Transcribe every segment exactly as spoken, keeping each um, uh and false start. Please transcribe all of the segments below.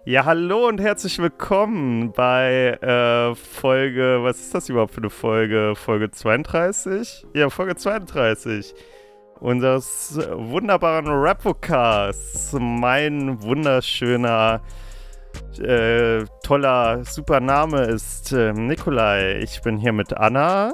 Ja, hallo und herzlich willkommen bei äh, Folge, was ist das überhaupt für eine Folge? Folge zweiunddreißig? Ja, Folge zweiunddreißig unseres wunderbaren Rapocasts. Mein wunderschöner, äh, toller, super Name ist äh, Nikolai. Ich bin hier mit Anna.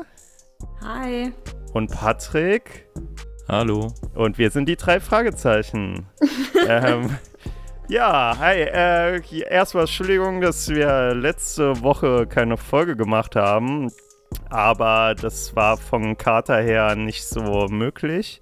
Hi. Und Patrick. Hallo. Und wir sind die drei Fragezeichen. ähm... Ja, hi. Äh, erstmal Entschuldigung, dass wir letzte Woche keine Folge gemacht haben, aber das war vom Kater her nicht so möglich.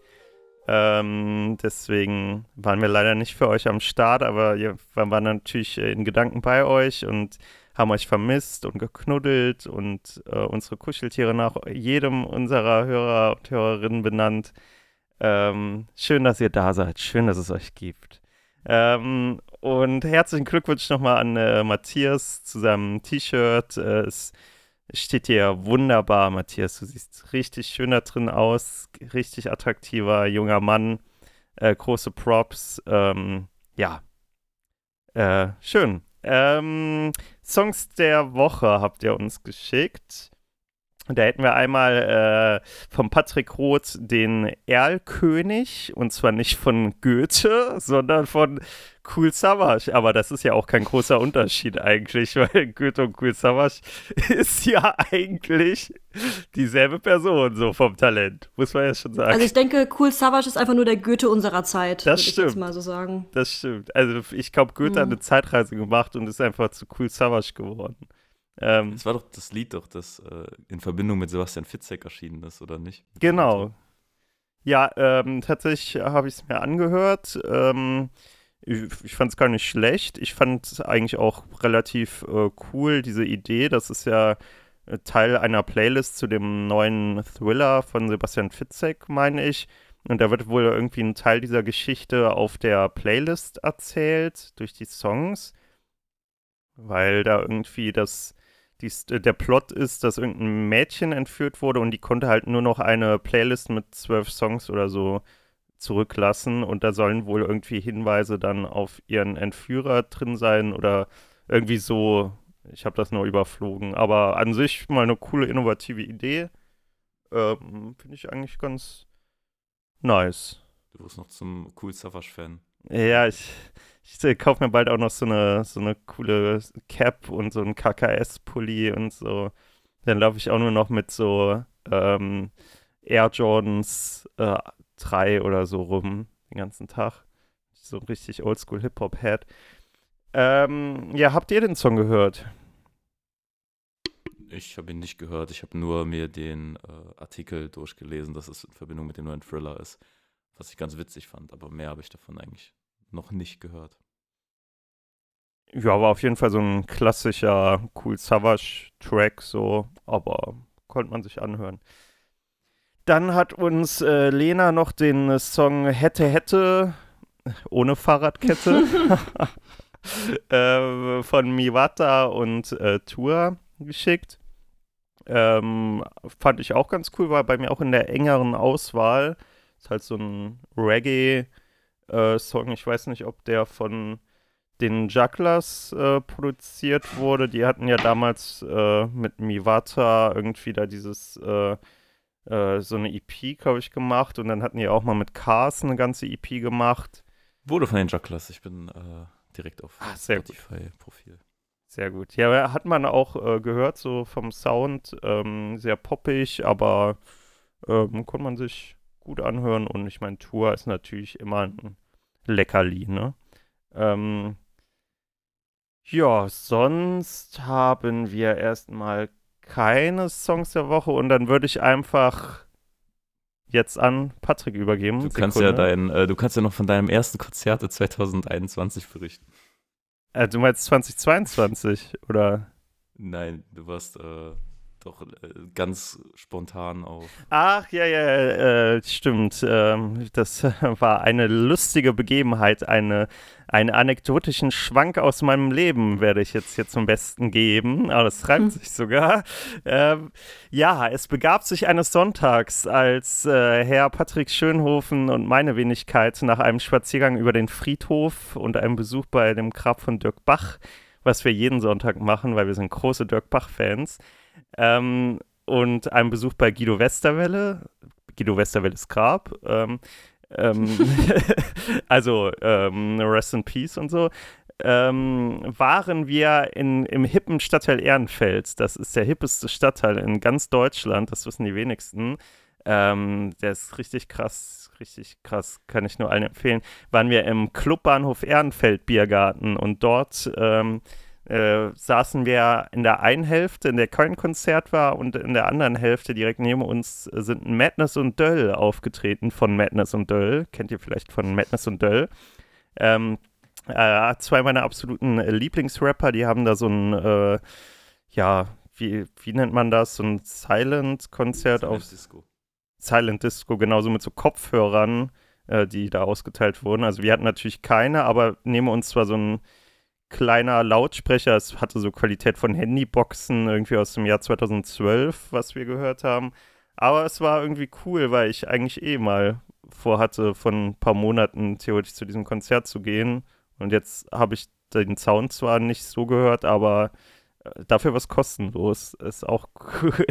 Ähm, deswegen waren wir leider nicht für euch am Start, aber wir waren natürlich in Gedanken bei euch und haben euch vermisst und geknuddelt und äh, unsere Kuscheltiere nach jedem unserer Hörer und Hörerinnen benannt. Ähm, schön, dass ihr da seid. Schön, dass es euch gibt. Ähm, und herzlichen Glückwunsch nochmal an äh, Matthias zu seinem T-Shirt. Äh, es steht hier wunderbar, Matthias. Du siehst richtig schön da drin aus. Richtig attraktiver junger Mann. Äh, große Props. Ähm, ja. Äh, schön. Ähm, Songs der Woche habt ihr uns geschickt. Da hätten wir einmal äh, von Patrick Roth den Erlkönig, und zwar nicht von Goethe, sondern von Kool Savas. Aber das ist ja auch kein großer Unterschied eigentlich, weil Goethe und Kool Savas ist ja eigentlich dieselbe Person, so vom Talent, muss man ja schon sagen. Also ich denke, Kool Savas ist einfach nur der Goethe unserer Zeit, das würde stimmt. ich jetzt mal so sagen. Das stimmt. Also ich glaube, Goethe hm. hat eine Zeitreise gemacht und ist einfach zu Kool Savas geworden. Ähm, das war doch das Lied, doch, das äh, in Verbindung mit Sebastian Fitzek erschienen ist, oder nicht? Mit genau. Ja, ähm, tatsächlich habe ich es mir angehört. Ähm, ich ich fand es gar nicht schlecht. Ich fand es eigentlich auch relativ äh, cool, diese Idee. Das ist ja äh, Teil einer Playlist zu dem neuen Thriller von Sebastian Fitzek, meine ich. Und da wird wohl irgendwie ein Teil dieser Geschichte auf der Playlist erzählt, durch die Songs. Weil da irgendwie das Dies, der Plot ist, dass irgendein Mädchen entführt wurde und die konnte halt nur noch eine Playlist mit zwölf Songs oder so zurücklassen und da sollen wohl irgendwie Hinweise dann auf ihren Entführer drin sein oder irgendwie so. Ich habe das nur überflogen, aber an sich mal eine coole, innovative Idee. Ähm, Finde ich eigentlich ganz nice. Du wirst noch zum Kool Savas-Fan. Ja, ich, ich kaufe mir bald auch noch so eine, so eine coole Cap und so einen K K S-Pulli und so. Dann laufe ich auch nur noch mit so ähm, Air Jordans äh, drei oder so rum den ganzen Tag. So ein richtig Oldschool-Hip-Hop-Head. Ähm, ja, habt ihr den Song gehört? Ich habe ihn nicht gehört. Ich habe nur mir den äh, Artikel durchgelesen, dass es in Verbindung mit dem neuen Thriller ist. Was ich ganz witzig fand, aber mehr habe ich davon eigentlich noch nicht gehört. Ja, war auf jeden Fall so ein klassischer Kool Savas-Track, so, aber konnte man sich anhören. Dann hat uns äh, Lena noch den Song Hätte Hätte ohne Fahrradkette äh, von Miwata und äh, Tour geschickt. Ähm, fand ich auch ganz cool, war bei mir auch in der engeren Auswahl. Ist halt so ein Reggae-Song. Äh, ich weiß nicht, ob der von den Jugglers äh, produziert wurde. Die hatten ja damals äh, mit Miwata irgendwie da dieses äh, äh, so eine E P, glaube ich, gemacht. Und dann hatten die auch mal mit Cars eine ganze E P gemacht. Wurde von den Jugglers. Ich bin äh, direkt auf Ach, sehr Spotify-Profil. Sehr gut. Ja, hat man auch äh, gehört, so vom Sound. Ähm, sehr poppig, aber ähm, konnte man sich gut anhören und ich meine, Tour ist natürlich immer ein Leckerli, ne? Ähm, ja, sonst haben wir erstmal keine Songs der Woche und dann würde ich einfach jetzt an Patrick übergeben. Du kannst ja dein, äh, du kannst ja noch von deinem ersten Konzert zwanzig einundzwanzig berichten. Äh, du meinst zwanzig zweiundzwanzig, oder? Nein, du warst äh, doch äh, ganz spontan auf. Ach, ja, ja, äh, stimmt. Ähm, das war eine lustige Begebenheit, eine, einen anekdotischen Schwank aus meinem Leben werde ich jetzt hier zum Besten geben. Aber das reimt sich sogar. Ähm, ja, es begab sich eines Sonntags, als äh, Herr Patrick Schönhofen und meine Wenigkeit nach einem Spaziergang über den Friedhof und einem Besuch bei dem Grab von Dirk Bach, was wir jeden Sonntag machen, weil wir sind große Dirk Bach-Fans, ähm, und einem Besuch bei Guido Westerwelle, Guido Westerwelles Grab, ähm, ähm, also ähm, Rest in Peace und so, ähm, waren wir in, im hippen Stadtteil Ehrenfeld. Das ist der hippeste Stadtteil in ganz Deutschland, das wissen die wenigsten. Ähm, der ist richtig krass, richtig krass, kann ich nur allen empfehlen. Waren wir im Clubbahnhof Ehrenfeld Biergarten und dort ähm, äh, saßen wir in der einen Hälfte, in der kein Konzert war, und in der anderen Hälfte direkt neben uns sind Madness und Döll aufgetreten von Madness und Döll. Kennt ihr vielleicht von Madness und Döll? Ähm, äh, zwei meiner absoluten Lieblingsrapper, die haben da so ein, äh, ja, wie, wie nennt man das? So ein Silent-Konzert auf Disco. Silent Disco, genauso mit so Kopfhörern, äh, die da ausgeteilt wurden. Also wir hatten natürlich keine, aber neben uns war so ein kleiner Lautsprecher. Es hatte so Qualität von Handyboxen, irgendwie aus dem Jahr zweitausendzwölf, was wir gehört haben. Aber es war irgendwie cool, weil ich eigentlich eh mal vorhatte, von ein paar Monaten theoretisch zu diesem Konzert zu gehen. Und jetzt habe ich den Sound zwar nicht so gehört, aber äh, dafür was kostenlos. Ist auch cool.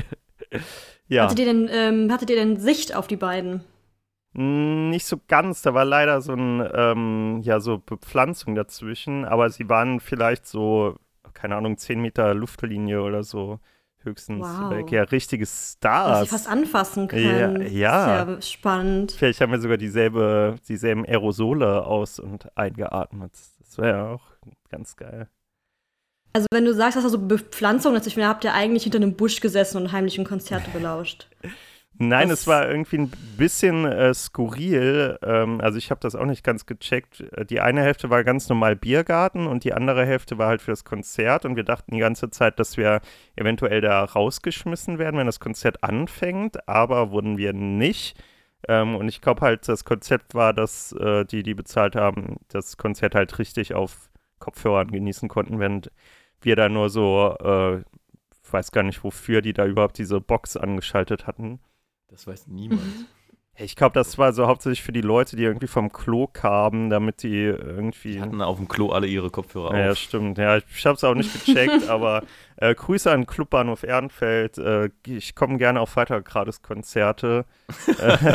Ja. Hattet ihr denn, ähm, hattet ihr denn Sicht auf die beiden? Nicht so ganz, da war leider so ein, ähm, ja, so Bepflanzung dazwischen, aber sie waren vielleicht so, keine Ahnung, zehn Meter Luftlinie oder so höchstens Wow. weg. Ja, richtige Dass Stars. sie fast anfassen Ja, können. ja. Sehr spannend. Vielleicht haben wir sogar dieselbe, dieselben Aerosole aus- und eingeatmet. Das wäre ja auch ganz geil. Also wenn du sagst, dass da so Bepflanzung ist, ich finde, habt ihr eigentlich hinter einem Busch gesessen und heimlichen Konzerte belauscht. Nein, Das- es war irgendwie ein bisschen äh, skurril. Ähm, also ich habe das auch nicht ganz gecheckt. Äh, Die eine Hälfte war ganz normal Biergarten und die andere Hälfte war halt für das Konzert. Und wir dachten die ganze Zeit, dass wir eventuell da rausgeschmissen werden, wenn das Konzert anfängt. Aber wurden wir nicht. Ähm, und ich glaube halt, das Konzept war, dass äh, die, die bezahlt haben, das Konzert halt richtig auf Kopfhörern genießen konnten, während wir da nur so, äh, ich weiß gar nicht, wofür die da überhaupt diese Box angeschaltet hatten. Das weiß niemand. Ich glaube, das war so hauptsächlich für die Leute, die irgendwie vom Klo kamen, damit die irgendwie. Die hatten auf dem Klo alle ihre Kopfhörer Ja, ja, auf. stimmt. Ja, ich, ich habe es auch nicht gecheckt, aber äh, Grüße an Clubbahnhof Ehrenfeld. Äh, ich komme gerne auf weitere Gratis-Konzerte. äh,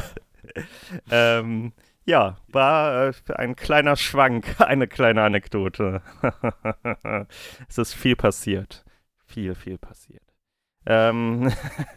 ähm, ja, war äh, ein kleiner Schwank, eine kleine Anekdote. Es ist viel passiert. Viel, viel passiert. Ähm,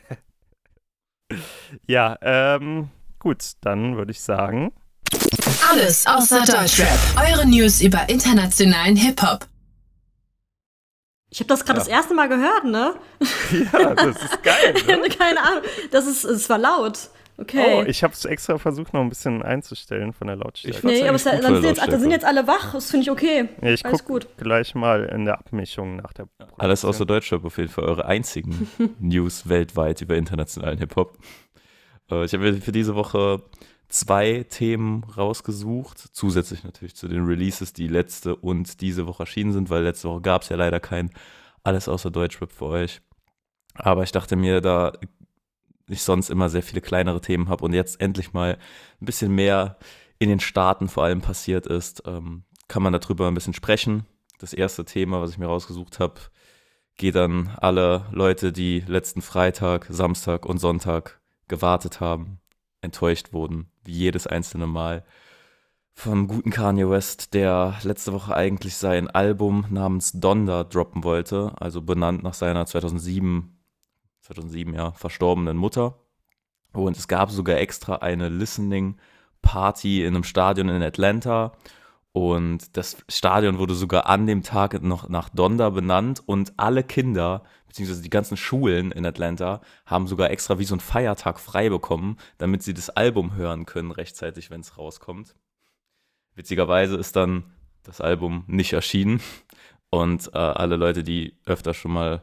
ja, ähm, gut, dann würde ich sagen. Alles außer Deutschrap. Eure News über internationalen Hip-Hop. Ich habe das gerade Ja. das erste Mal gehört, ne? Ja, das ist geil, ne? Keine Ahnung. Das ist, es war laut. Okay. Oh, ich habe es extra versucht, noch ein bisschen einzustellen von der Lautstärke. Ich fand's nee, aber es, eigentlich gut dann von sind, der jetzt, da sind jetzt alle wach. Das finde ich okay. Ja, ich Alles gucke gut. gleich mal in der Abmischung nach der Produktion. Alles außer Deutschrap auf jeden Fall eure einzigen News weltweit über internationalen Hip-Hop. Äh, ich habe mir für diese Woche zwei Themen rausgesucht, zusätzlich natürlich zu den Releases, die letzte und diese Woche erschienen sind, weil letzte Woche gab es ja leider kein Alles außer Deutschrap für euch. Aber ich dachte mir, da ich sonst immer sehr viele kleinere Themen habe und jetzt endlich mal ein bisschen mehr in den Staaten vor allem passiert ist, ähm, kann man darüber ein bisschen sprechen. Das erste Thema, was ich mir rausgesucht habe, geht an alle Leute, die letzten Freitag, Samstag und Sonntag gewartet haben, enttäuscht wurden, wie jedes einzelne Mal, vom guten Kanye West, der letzte Woche eigentlich sein Album namens Donda droppen wollte, also benannt nach seiner zweitausendsieben, zweitausendsieben ja, verstorbenen Mutter. Und es gab sogar extra eine Listening-Party in einem Stadion in Atlanta. Und das Stadion wurde sogar an dem Tag noch nach Donda benannt. Und alle Kinder, beziehungsweise die ganzen Schulen in Atlanta, haben sogar extra wie so einen Feiertag frei bekommen, damit sie das Album hören können rechtzeitig, wenn es rauskommt. Witzigerweise ist dann das Album nicht erschienen. Und äh, alle Leute, die öfter schon mal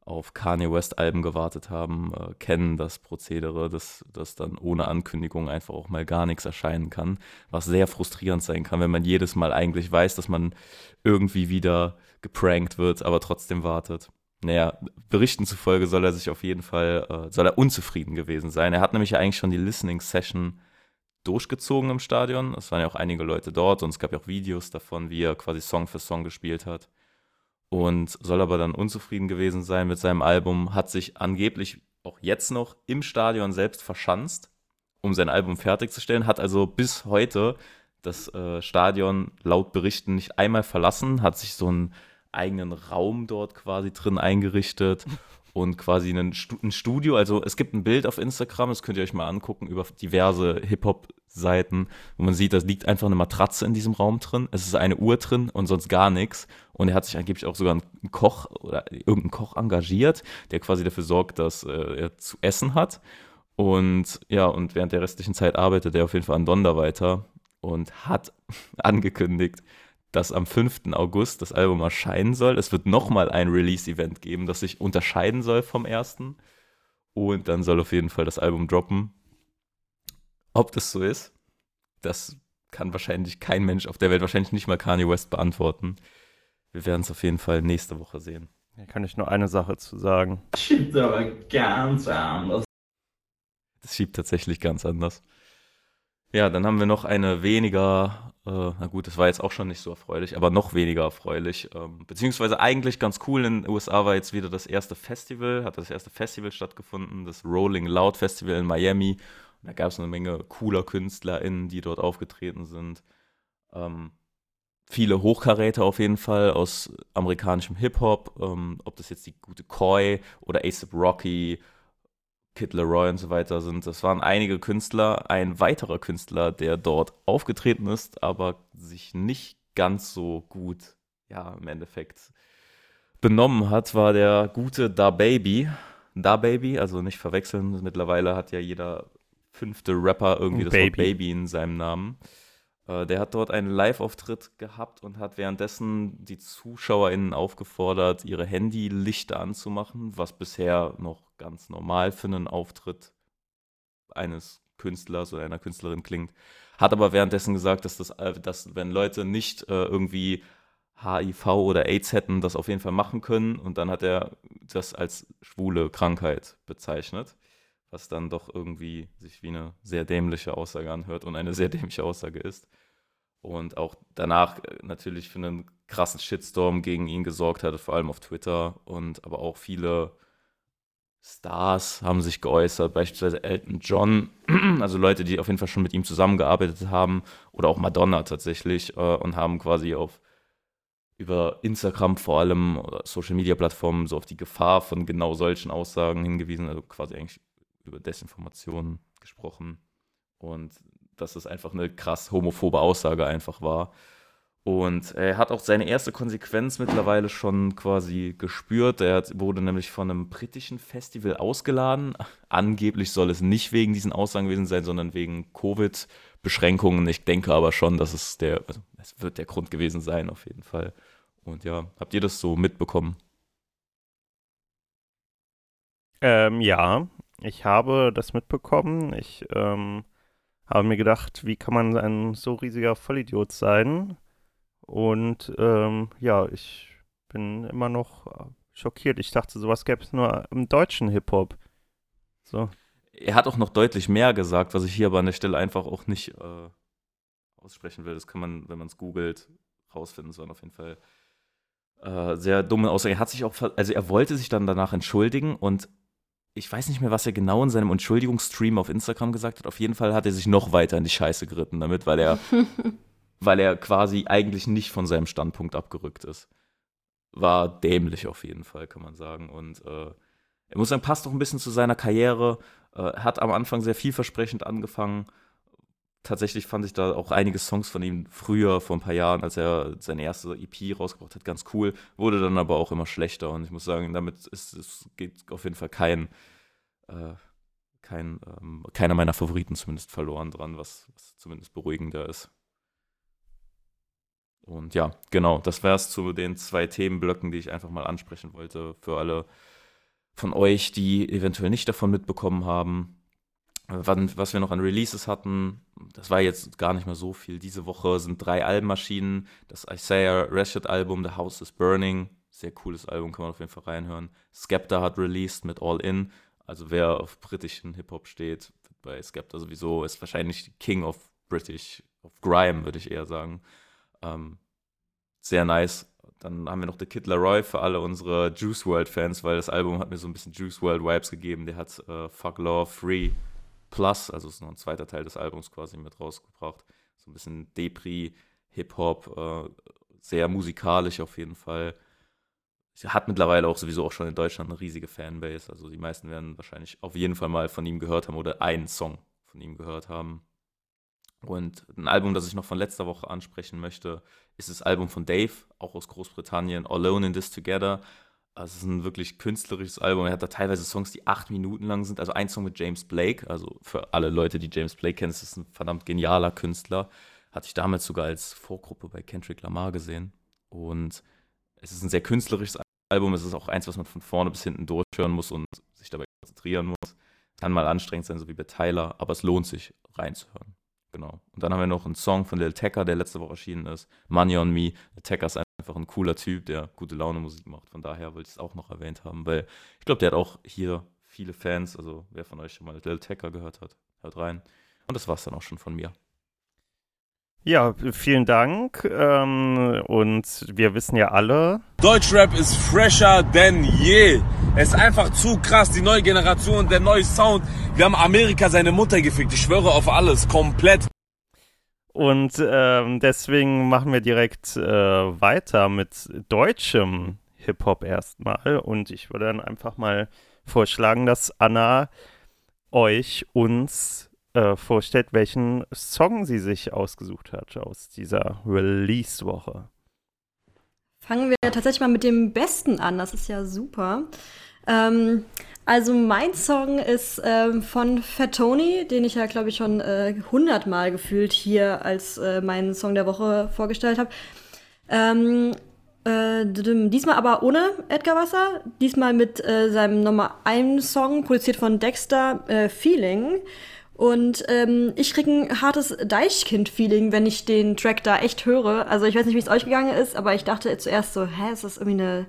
auf Kanye West Alben gewartet haben, äh, kennen das Prozedere, dass, dass dann ohne Ankündigung einfach auch mal gar nichts erscheinen kann, was sehr frustrierend sein kann, wenn man jedes Mal eigentlich weiß, dass man irgendwie wieder geprankt wird, aber trotzdem wartet. Naja, Berichten zufolge soll er sich auf jeden Fall, äh, soll er unzufrieden gewesen sein. Er hat nämlich ja eigentlich schon die Listening Session durchgezogen im Stadion. Es waren ja auch einige Leute dort und es gab ja auch Videos davon, wie er quasi Song für Song gespielt hat. Und soll aber dann unzufrieden gewesen sein mit seinem Album, hat sich angeblich auch jetzt noch im Stadion selbst verschanzt, um sein Album fertigzustellen, hat also bis heute das äh, Stadion laut Berichten nicht einmal verlassen, hat sich so einen eigenen Raum dort quasi drin eingerichtet und quasi ein, Stu- ein Studio, also es gibt ein Bild auf Instagram, das könnt ihr euch mal angucken, über diverse Hip-Hop-Seiten, wo man sieht, da liegt einfach eine Matratze in diesem Raum drin, es ist eine Uhr drin und sonst gar nichts und er hat sich angeblich auch sogar einen Koch oder irgendeinen Koch engagiert, der quasi dafür sorgt, dass äh, er zu essen hat und ja, und während der restlichen Zeit arbeitet er auf jeden Fall an Donda weiter und hat angekündigt, dass am fünften August das Album erscheinen soll. Es wird nochmal ein Release-Event geben, das sich unterscheiden soll vom ersten. Und dann soll auf jeden Fall das Album droppen. Ob das so ist, das kann wahrscheinlich kein Mensch auf der Welt, wahrscheinlich nicht mal Kanye West beantworten. Wir werden es auf jeden Fall nächste Woche sehen. Da kann ich nur eine Sache zu sagen. Schiebt aber ganz anders. Das schiebt tatsächlich ganz anders. Ja, dann haben wir noch eine weniger, äh, na gut, das war jetzt auch schon nicht so erfreulich, aber noch weniger erfreulich, ähm, beziehungsweise eigentlich ganz cool. In den U S A war jetzt wieder das erste Festival, hat das erste Festival stattgefunden, das Rolling Loud Festival in Miami. Und da gab es eine Menge cooler KünstlerInnen, die dort aufgetreten sind. Ähm, viele Hochkaräter auf jeden Fall aus amerikanischem Hip-Hop, ähm, ob das jetzt die gute Koi oder A$AP Rocky, Kid Laroi und so weiter sind. Das waren einige Künstler. Ein weiterer Künstler, der dort aufgetreten ist, aber sich nicht ganz so gut, ja, im Endeffekt benommen hat, war der gute DaBaby. DaBaby, also nicht verwechseln. Mittlerweile hat ja jeder fünfte Rapper irgendwie das Wort Baby. Baby in seinem Namen. Äh, der hat dort einen Live-Auftritt gehabt und hat währenddessen die ZuschauerInnen aufgefordert, ihre Handylichter anzumachen, was bisher noch ganz normal für einen Auftritt eines Künstlers oder einer Künstlerin klingt. Hat aber währenddessen gesagt, dass, das, äh, dass wenn Leute nicht äh, irgendwie H I V oder AIDS hätten, das auf jeden Fall machen können. Und dann hat er das als schwule Krankheit bezeichnet, was dann doch irgendwie sich wie eine sehr dämliche Aussage anhört und eine sehr dämliche Aussage ist. Und auch danach äh, natürlich für einen krassen Shitstorm gegen ihn gesorgt hatte, vor allem auf Twitter. Und aber auch viele Stars haben sich geäußert, beispielsweise Elton John, also Leute, die auf jeden Fall schon mit ihm zusammengearbeitet haben, oder auch Madonna tatsächlich, äh, und haben quasi auf über Instagram vor allem oder Social-Media-Plattformen so auf die Gefahr von genau solchen Aussagen hingewiesen, also quasi eigentlich über Desinformation gesprochen und dass es einfach eine krass homophobe Aussage einfach war. Und er hat auch seine erste Konsequenz mittlerweile schon quasi gespürt. Er hat, wurde nämlich von einem britischen Festival ausgeladen. Angeblich soll es nicht wegen diesen Aussagen gewesen sein, sondern wegen Covid-Beschränkungen. Ich denke aber schon, dass es der, also es wird der Grund gewesen sein, auf jeden Fall. Und ja, habt ihr das so mitbekommen? Ähm, ja, ich habe das mitbekommen. Ich ähm, habe mir gedacht, wie kann man ein so riesiger Vollidiot sein? Und ähm, ja, ich bin immer noch äh, schockiert. Ich dachte, sowas gäbe es nur im deutschen Hip-Hop. So. Er hat auch noch deutlich mehr gesagt, was ich hier aber an der Stelle einfach auch nicht äh, aussprechen will. Das kann man, wenn man es googelt, rausfinden. Das waren auf jeden Fall äh, sehr dumme Aussagen. Er hat sich auch, ver- also er wollte sich dann danach entschuldigen und ich weiß nicht mehr, was er genau in seinem Entschuldigungsstream auf Instagram gesagt hat. Auf jeden Fall hat er sich noch weiter in die Scheiße geritten damit, weil er weil er quasi eigentlich nicht von seinem Standpunkt abgerückt ist. War dämlich auf jeden Fall, kann man sagen. Und äh, er muss sagen, passt doch ein bisschen zu seiner Karriere. Äh, hat am Anfang sehr vielversprechend angefangen. Tatsächlich fand ich da auch einige Songs von ihm früher, vor ein paar Jahren, als er seine erste E P rausgebracht hat, ganz cool. Wurde dann aber auch immer schlechter. Und ich muss sagen, damit ist es geht auf jeden Fall kein, äh, kein ähm, keiner meiner Favoriten zumindest verloren dran, was, was zumindest beruhigender ist. Und ja, genau, das wäre es zu den zwei Themenblöcken, die ich einfach mal ansprechen wollte für alle von euch, die eventuell nicht davon mitbekommen haben. Wann, was wir noch an Releases hatten, das war jetzt gar nicht mehr so viel. Diese Woche sind drei Alben erschienen. Das Isaiah Rashad Album, The House is Burning, sehr cooles Album, kann man auf jeden Fall reinhören. Skepta hat released mit All In, also wer auf britischen Hip-Hop steht, wird bei Skepta sowieso, ist wahrscheinlich King of British, of Grime, würde ich eher sagen. Ähm, sehr nice. Dann haben wir noch The Kid Laroi für alle unsere Juice world Fans, weil das Album hat mir so ein bisschen Juice world Vibes gegeben. Der hat äh, Fuck Law Free Plus, also ist noch ein zweiter Teil des Albums quasi mit rausgebracht. So ein bisschen Depri, Hip-Hop, äh, sehr musikalisch auf jeden Fall. Hat mittlerweile auch sowieso auch schon in Deutschland eine riesige Fanbase. Also die meisten werden wahrscheinlich auf jeden Fall mal von ihm gehört haben oder einen Song von ihm gehört haben. Und ein Album, das ich noch von letzter Woche ansprechen möchte, ist das Album von Dave, auch aus Großbritannien, Alone in This Together. Also es ist ein wirklich künstlerisches Album. Er hat da teilweise Songs, die acht Minuten lang sind. Also ein Song mit James Blake. Also für alle Leute, die James Blake kennen, ist das ein verdammt genialer Künstler. Hatte ich damals sogar als Vorgruppe bei Kendrick Lamar gesehen. Und es ist ein sehr künstlerisches Album. Es ist auch eins, was man von vorne bis hinten durchhören muss und sich dabei konzentrieren muss. Kann mal anstrengend sein, so wie bei Tyler, aber es lohnt sich reinzuhören. Genau. Und dann haben wir noch einen Song von Lil Tecca, der letzte Woche erschienen ist. Money on Me. Lil Tecca ist einfach ein cooler Typ, der gute Laune Musik macht. Von daher wollte ich es auch noch erwähnt haben, weil ich glaube, der hat auch hier viele Fans. Also wer von euch schon mal Lil Tecca gehört hat, hört rein. Und das war's dann auch schon von mir. Ja, vielen Dank. Ähm, und wir wissen ja alle, Deutschrap ist fresher denn je. Es ist einfach zu krass, die neue Generation, der neue Sound. Wir haben Amerika seine Mutter gefickt, ich schwöre auf alles, komplett. Und ähm, deswegen machen wir direkt äh, weiter mit deutschem Hip-Hop erstmal. Und ich würde dann einfach mal vorschlagen, dass Anna euch uns äh, vorstellt, welchen Song sie sich ausgesucht hat aus dieser Release-Woche. Fangen wir tatsächlich mal mit dem Besten an, das ist ja super. Ähm, also mein Song ist ähm, von Fat Tony, den ich ja, glaube ich, schon äh, hundertmal gefühlt hier als äh, meinen Song der Woche vorgestellt habe. Ähm, äh, diesmal aber ohne Edgar Wasser, diesmal mit äh, seinem Nummer eins Song, produziert von Dexter, äh, Feeling. Und ähm, ich krieg ein hartes Deichkind-Feeling, wenn ich den Track da echt höre. Also ich weiß nicht, wie es euch gegangen ist, aber ich dachte zuerst so, hä, ist das irgendwie eine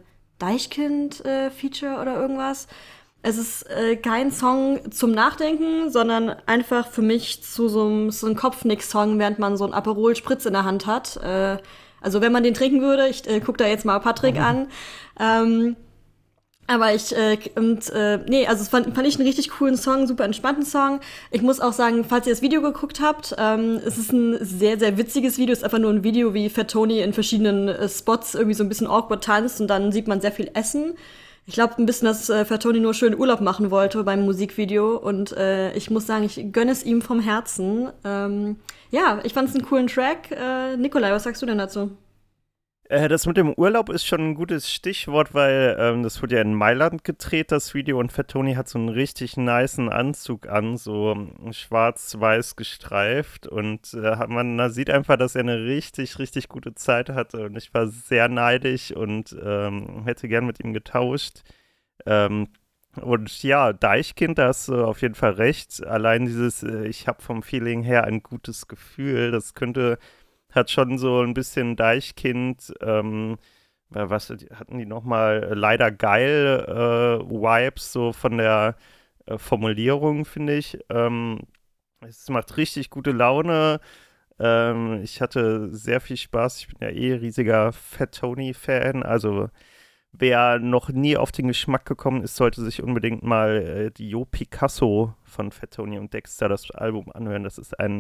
Deichkind-Feature oder irgendwas? Es ist äh, kein Song zum Nachdenken, sondern einfach für mich zu so einem, so einem Kopfnick-Song, während man so einen Aperol-Spritz in der Hand hat. Äh, also wenn man den trinken würde, ich äh, guck da jetzt mal Patrick mhm. an. Ähm, Aber ich, äh, und, äh, nee, also es fand, fand ich einen richtig coolen Song, super entspannten Song. Ich muss auch sagen, falls ihr das Video geguckt habt, ähm, es ist ein sehr, sehr witziges Video. Es ist einfach nur ein Video, wie Fat Tony in verschiedenen äh, Spots irgendwie so ein bisschen awkward tanzt und dann sieht man sehr viel Essen. Ich glaube ein bisschen, dass äh, Fat Tony nur schön Urlaub machen wollte beim Musikvideo und äh, ich muss sagen, ich gönne es ihm vom Herzen. Ähm, ja, ich fand es einen coolen Track. Äh, Nikolai, was sagst du denn dazu? Äh, das mit dem Urlaub ist schon ein gutes Stichwort, weil ähm, das wurde ja in Mailand gedreht, das Video, und Fat Tony hat so einen richtig nicen Anzug an, so schwarz-weiß gestreift, und äh, man da sieht einfach, dass er eine richtig, richtig gute Zeit hatte, und ich war sehr neidisch und ähm, hätte gern mit ihm getauscht. Ähm, und ja, Deichkind, da hast du auf jeden Fall recht. Allein dieses, äh, ich habe vom Feeling her ein gutes Gefühl, das könnte... hat schon so ein bisschen Deichkind, ähm, was hatten die nochmal, leider geil äh, Vibes, so von der äh, Formulierung, finde ich. Ähm, es macht richtig gute Laune. Ähm, ich hatte sehr viel Spaß. Ich bin ja eh riesiger Fat Tony-Fan. Also wer noch nie auf den Geschmack gekommen ist, sollte sich unbedingt mal äh, die Yo Picasso von Fat Tony und Dexter, das Album, anhören. Das ist ein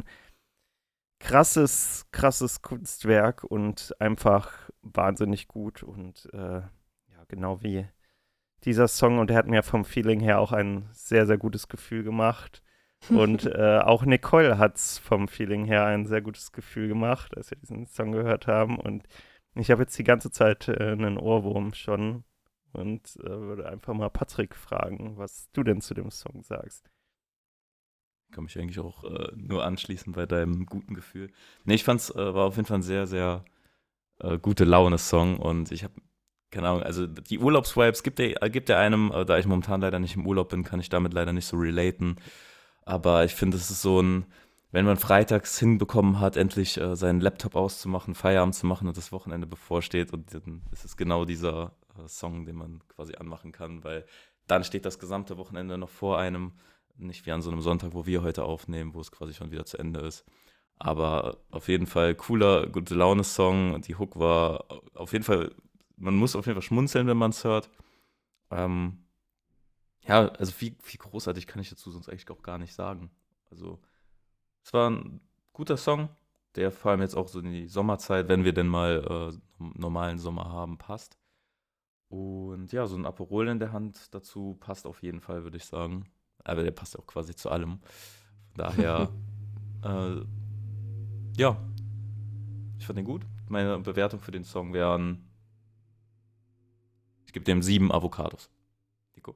krasses, krasses Kunstwerk und einfach wahnsinnig gut und äh, ja, genau wie dieser Song, und er hat mir vom Feeling her auch ein sehr, sehr gutes Gefühl gemacht und äh, auch Nicole hat es vom Feeling her ein sehr gutes Gefühl gemacht, als wir diesen Song gehört haben, und ich habe jetzt die ganze Zeit äh, einen Ohrwurm schon und äh, würde einfach mal Patrick fragen, was du denn zu dem Song sagst. Kann mich eigentlich auch äh, nur anschließen bei deinem guten Gefühl. Nee, ich fand's, äh, war auf jeden Fall ein sehr, sehr äh, gute Laune-Song, und ich habe keine Ahnung, also die Urlaubsvibes gibt er, gibt er einem, äh, da ich momentan leider nicht im Urlaub bin, kann ich damit leider nicht so relaten. Aber ich finde, es ist so ein, wenn man freitags hinbekommen hat, endlich äh, seinen Laptop auszumachen, Feierabend zu machen und das Wochenende bevorsteht, und dann ist es genau dieser äh, Song, den man quasi anmachen kann, weil dann steht das gesamte Wochenende noch vor einem, nicht wie an so einem Sonntag, wo wir heute aufnehmen, wo es quasi schon wieder zu Ende ist. Aber auf jeden Fall cooler, gute Laune-Song. Die Hook war auf jeden Fall, man muss auf jeden Fall schmunzeln, wenn man es hört. Ähm, ja, also viel, viel großartig kann ich dazu sonst eigentlich auch gar nicht sagen. Also es war ein guter Song, der vor allem jetzt auch so in die Sommerzeit, wenn wir denn mal äh, normalen Sommer haben, passt. Und ja, so ein Aperol in der Hand dazu passt auf jeden Fall, würde ich sagen. Aber der passt auch quasi zu allem. Von daher, äh, ja, ich fand den gut. Meine Bewertung für den Song wären, ich gebe dem sieben Avocados. Nico?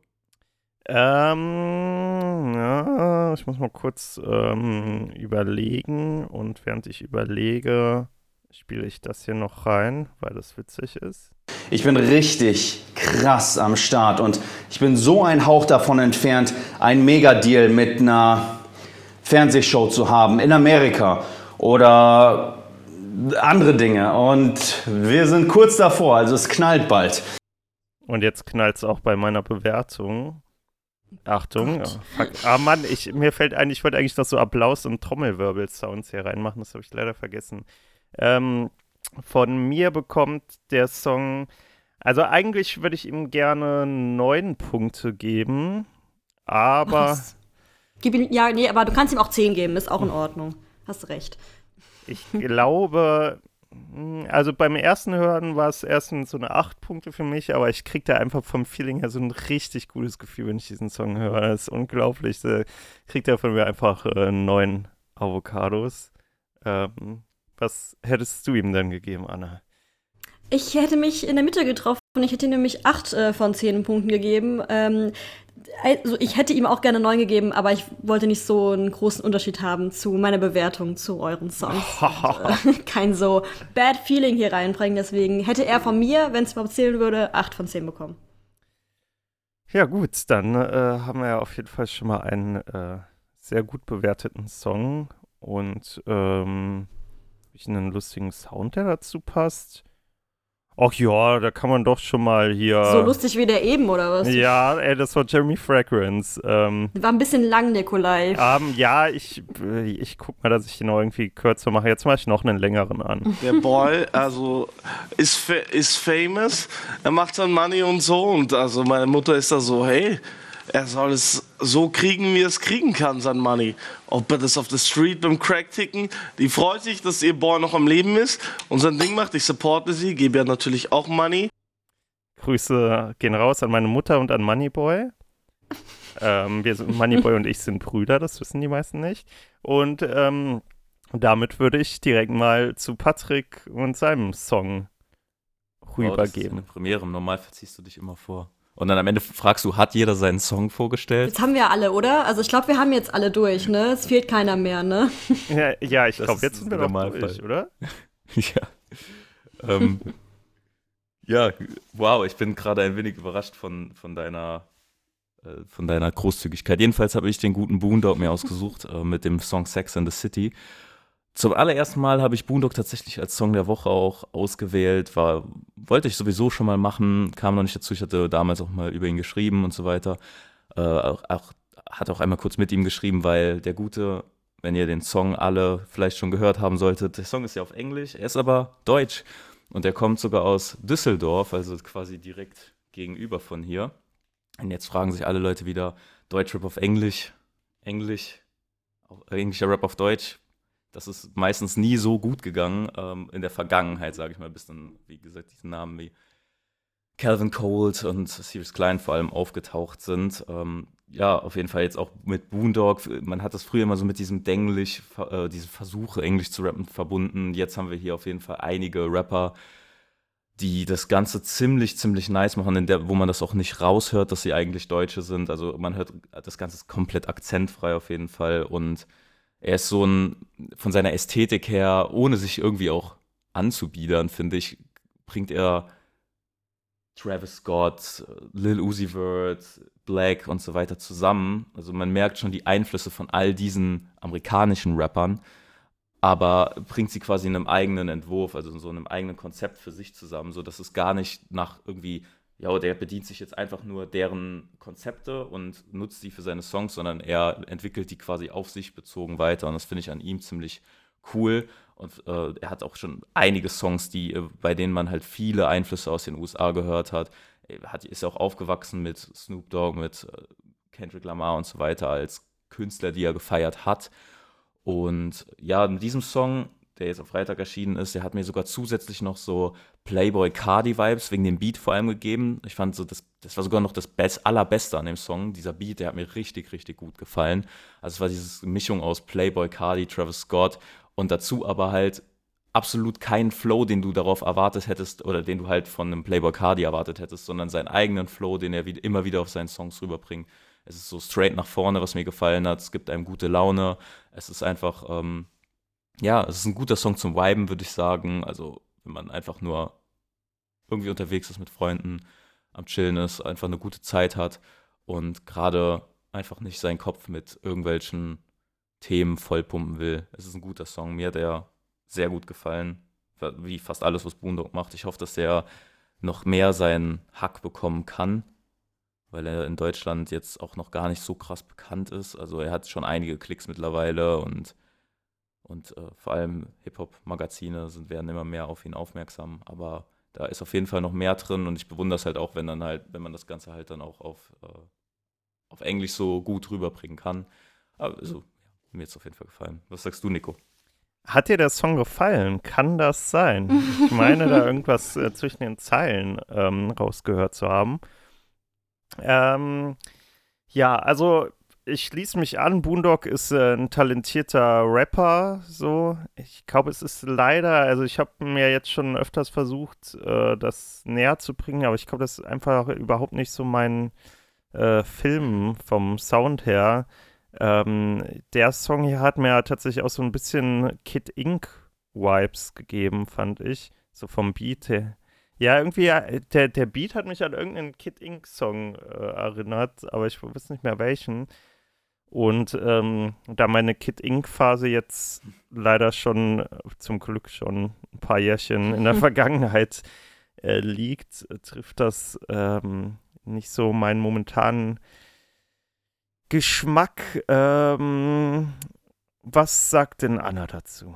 Ähm, ja, ich muss mal kurz ähm, überlegen, und während ich überlege, spiele ich das hier noch rein, weil das witzig ist. Ich bin richtig krass am Start und ich bin so ein Hauch davon entfernt, einen Megadeal mit einer Fernsehshow zu haben in Amerika oder andere Dinge. Und wir sind kurz davor, also es knallt bald. Und jetzt knallt es auch bei meiner Bewertung. Achtung. Oh, fuck. Ah Mann, ich, mir fällt ein, ich wollte eigentlich noch so Applaus- und Trommelwirbel-Sounds hier reinmachen, das habe ich leider vergessen. Ähm, von mir bekommt der Song, also eigentlich würde ich ihm gerne neun Punkte geben, aber... Was? Gib ihm, ja, nee, aber du kannst ihm auch zehn geben, ist auch in Ordnung. Hast recht. Ich glaube, also beim ersten Hören war es erst so eine acht Punkte für mich, aber ich kriege da einfach vom Feeling her so ein richtig gutes Gefühl, wenn ich diesen Song höre. Das ist unglaublich. Da kriegt er von mir einfach äh, neun Avocados. Ähm, was hättest du ihm denn gegeben, Anna? Ich hätte mich in der Mitte getroffen. Ich hätte ihm nämlich acht äh, von zehn Punkten gegeben. Ähm, also ich hätte ihm auch gerne neun gegeben, aber ich wollte nicht so einen großen Unterschied haben zu meiner Bewertung zu euren Songs. Und, äh, kein so Bad Feeling hier reinbringen. Deswegen hätte er von mir, wenn es überhaupt zählen würde, acht von zehn bekommen. Ja gut, dann äh, haben wir ja auf jeden Fall schon mal einen äh, sehr gut bewerteten Song und ähm, einen lustigen Sound, der dazu passt. Ach ja, da kann man doch schon mal hier... So lustig wie der eben, oder was? Ja, ey, das war Jeremy Fragrance. Ähm, war ein bisschen lang, Nikolai. Ähm, ja, ich, ich guck mal, dass ich den auch irgendwie kürzer mache. Jetzt mache ich noch einen längeren an. Der Boy, also, ist, fa- ist famous. Er macht dann Money und so. Und also meine Mutter ist da so, hey, er soll es so kriegen, wie er es kriegen kann, sein Money. Ob er das auf der Street beim Crack-Ticken, die freut sich, dass ihr Boy noch am Leben ist und sein Ding macht. Ich supporte sie, gebe ja natürlich auch Money. Grüße gehen raus an meine Mutter und an Moneyboy. ähm, wir sind, Moneyboy und ich sind Brüder, das wissen die meisten nicht. Und ähm, damit würde ich direkt mal zu Patrick und seinem Song rübergeben. Oh, das ist eine Premiere, normal verziehst du dich immer vor. Und dann am Ende fragst du, hat jeder seinen Song vorgestellt? Jetzt haben wir alle, oder? Also ich glaube, wir haben jetzt alle durch, ne? Es fehlt keiner mehr, ne? Ja, ja ich Das glaube, ist jetzt sind wir der doch durch, Normalfall. oder? Ja. ähm, ja, wow, ich bin gerade ein wenig überrascht von, von, deiner, äh, von deiner Großzügigkeit. Jedenfalls habe ich den guten Boondock mir ausgesucht äh, mit dem Song Sex and the City. Zum allerersten Mal habe ich Boondock tatsächlich als Song der Woche auch ausgewählt. War, wollte ich sowieso schon mal machen, kam noch nicht dazu. Ich hatte damals auch mal über ihn geschrieben und so weiter. Äh, auch, auch, hatte auch einmal kurz mit ihm geschrieben, weil der Gute, wenn ihr den Song alle vielleicht schon gehört haben solltet, der Song ist ja auf Englisch, er ist aber deutsch. Und der kommt sogar aus Düsseldorf, also quasi direkt gegenüber von hier. Und jetzt fragen sich alle Leute wieder, Deutschrap auf Englisch, Englisch, englischer Rap auf Deutsch. Das ist meistens nie so gut gegangen, ähm, in der Vergangenheit, sage ich mal, bis dann, wie gesagt, diese Namen wie Calvin Colt und Sirius Klein vor allem aufgetaucht sind. Ähm, ja, auf jeden Fall jetzt auch mit Boondock. Man hat das früher immer so mit diesem Denglisch, äh, diese Versuche, Englisch zu rappen, verbunden. Jetzt haben wir hier auf jeden Fall einige Rapper, die das Ganze ziemlich, ziemlich nice machen, in der, wo man das auch nicht raushört, dass sie eigentlich Deutsche sind. Also man hört, das Ganze ist komplett akzentfrei auf jeden Fall und er ist so ein, von seiner Ästhetik her, ohne sich irgendwie auch anzubiedern, finde ich, bringt er Travis Scott, Lil Uzi Vert, Black und so weiter zusammen. Also man merkt schon die Einflüsse von all diesen amerikanischen Rappern, aber bringt sie quasi in einem eigenen Entwurf, also in so einem eigenen Konzept für sich zusammen, sodass es gar nicht nach irgendwie, ja, der bedient sich jetzt einfach nur deren Konzepte und nutzt die für seine Songs, sondern er entwickelt die quasi auf sich bezogen weiter und das finde ich an ihm ziemlich cool. Und äh, er hat auch schon einige Songs, die, äh, bei denen man halt viele Einflüsse aus den U S A gehört hat. Er hat, ist auch aufgewachsen mit Snoop Dogg, mit äh, Kendrick Lamar und so weiter als Künstler, die er gefeiert hat. Und ja, in diesem Song, der jetzt am Freitag erschienen ist, der hat mir sogar zusätzlich noch so Playboy Cardi-Vibes wegen dem Beat vor allem gegeben. Ich fand so, das, das war sogar noch das Best, allerbeste an dem Song. Dieser Beat, der hat mir richtig, richtig gut gefallen. Also es war diese Mischung aus Playboy Cardi, Travis Scott und dazu aber halt absolut keinen Flow, den du darauf erwartet hättest oder den du halt von einem Playboy Cardi erwartet hättest, sondern seinen eigenen Flow, den er wieder, immer wieder auf seinen Songs rüberbringt. Es ist so straight nach vorne, was mir gefallen hat. Es gibt einem gute Laune. Es ist einfach, ähm, ja, es ist ein guter Song zum Viben, würde ich sagen. Also, wenn man einfach nur irgendwie unterwegs ist mit Freunden, am Chillen ist, einfach eine gute Zeit hat und gerade einfach nicht seinen Kopf mit irgendwelchen Themen vollpumpen will. Es ist ein guter Song. Mir hat er sehr gut gefallen, wie fast alles, was Boondogg macht. Ich hoffe, dass er noch mehr seinen Hack bekommen kann, weil er in Deutschland jetzt auch noch gar nicht so krass bekannt ist. Also er hat schon einige Klicks mittlerweile und, und äh, vor allem Hip-Hop-Magazine sind, werden immer mehr auf ihn aufmerksam. Aber da ist auf jeden Fall noch mehr drin und ich bewundere es halt auch, wenn dann halt, wenn man das Ganze halt dann auch auf, äh, auf Englisch so gut rüberbringen kann. Aber also, ja, mir hat es auf jeden Fall gefallen. Was sagst du, Nico? Hat dir der Song gefallen? Kann das sein? Ich meine, da irgendwas äh, zwischen den Zeilen ähm, rausgehört zu haben. Ähm, ja, also ich schließe mich an. Boondogg ist äh, ein talentierter Rapper, so. Ich glaube, es ist leider, also ich habe mir jetzt schon öfters versucht, äh, das näher zu bringen, aber ich glaube, das ist einfach überhaupt nicht so mein äh, Film vom Sound her. Ähm, der Song hier hat mir tatsächlich auch so ein bisschen Kid Ink Vibes gegeben, fand ich. So vom Beat her. Ja, irgendwie, ja, der, der Beat hat mich an irgendeinen Kid Ink Song äh, erinnert, aber ich weiß nicht mehr welchen. Und ähm, da meine Kid Ink Phase jetzt leider schon, zum Glück schon ein paar Jährchen in der Vergangenheit äh, liegt, trifft das ähm, nicht so meinen momentanen Geschmack. Ähm, was sagt denn Anna dazu?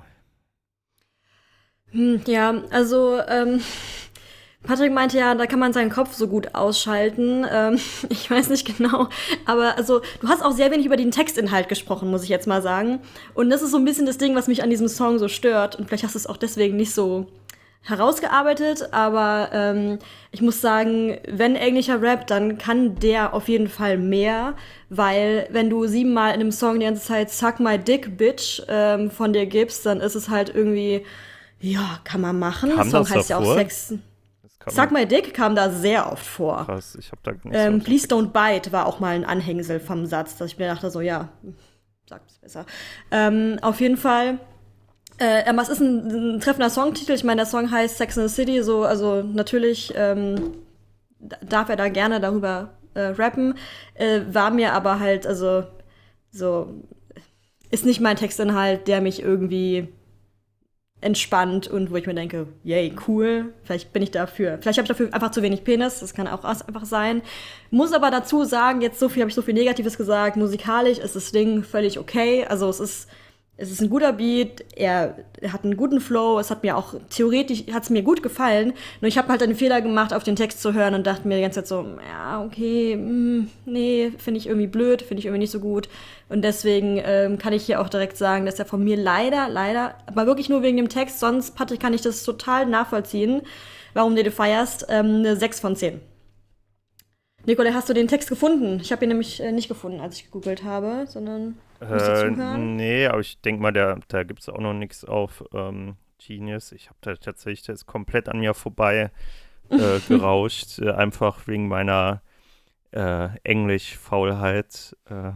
Hm, ja, also ähm, Patrick meinte ja, da kann man seinen Kopf so gut ausschalten. Ähm, ich weiß nicht genau, aber also du hast auch sehr wenig über den Textinhalt gesprochen, muss ich jetzt mal sagen. Und das ist so ein bisschen das Ding, was mich an diesem Song so stört. Und vielleicht hast du es auch deswegen nicht so herausgearbeitet, aber ähm, ich muss sagen, wenn englischer Rap, dann kann der auf jeden Fall mehr, weil wenn du siebenmal in einem Song die ganze Zeit Suck My Dick, Bitch ähm, von dir gibst, dann ist es halt irgendwie, ja, kann man machen. Kam Der Song das heißt ja auch davor? Sex. Das kann Suck man- My Dick kam da sehr oft vor. Krass, ich hab da nicht Ähm, so Please Don't Bite war auch mal ein Anhängsel vom Satz, dass ich mir dachte, so, ja, sagt es besser. Ähm, auf jeden Fall. Äh, aber es ist ein, ein treffender Songtitel. Ich meine, der Song heißt Sex and the City, so, also natürlich ähm, d- darf er da gerne darüber äh, rappen. Äh, war mir aber halt, also, so, ist nicht mein Textinhalt, der mich irgendwie entspannt und wo ich mir denke, yay, cool, vielleicht bin ich dafür. Vielleicht habe ich dafür einfach zu wenig Penis, das kann auch einfach sein. Muss aber dazu sagen, jetzt so viel, habe ich so viel Negatives gesagt, musikalisch ist das Ding völlig okay. Also es ist Es ist ein guter Beat, er hat einen guten Flow, es hat mir auch, theoretisch hat es mir gut gefallen, nur ich habe halt einen Fehler gemacht, auf den Text zu hören und dachte mir die ganze Zeit so, ja, okay, mh, nee, finde ich irgendwie blöd, finde ich irgendwie nicht so gut und deswegen ähm, kann ich hier auch direkt sagen, dass er von mir leider, leider, aber wirklich nur wegen dem Text, sonst, Patrick, kann ich das total nachvollziehen, warum du den feierst, ähm, eine sechs von zehn. Nicole, hast du den Text gefunden? Ich habe ihn nämlich äh, nicht gefunden, als ich gegoogelt habe, sondern musst du Äh, zuhören? nee, aber ich denke mal, der, da gibt es auch noch nichts auf ähm, Genius. Ich habe da tatsächlich, der ist komplett an mir vorbei äh, gerauscht, äh, einfach wegen meiner äh, Englisch-Faulheit. Äh,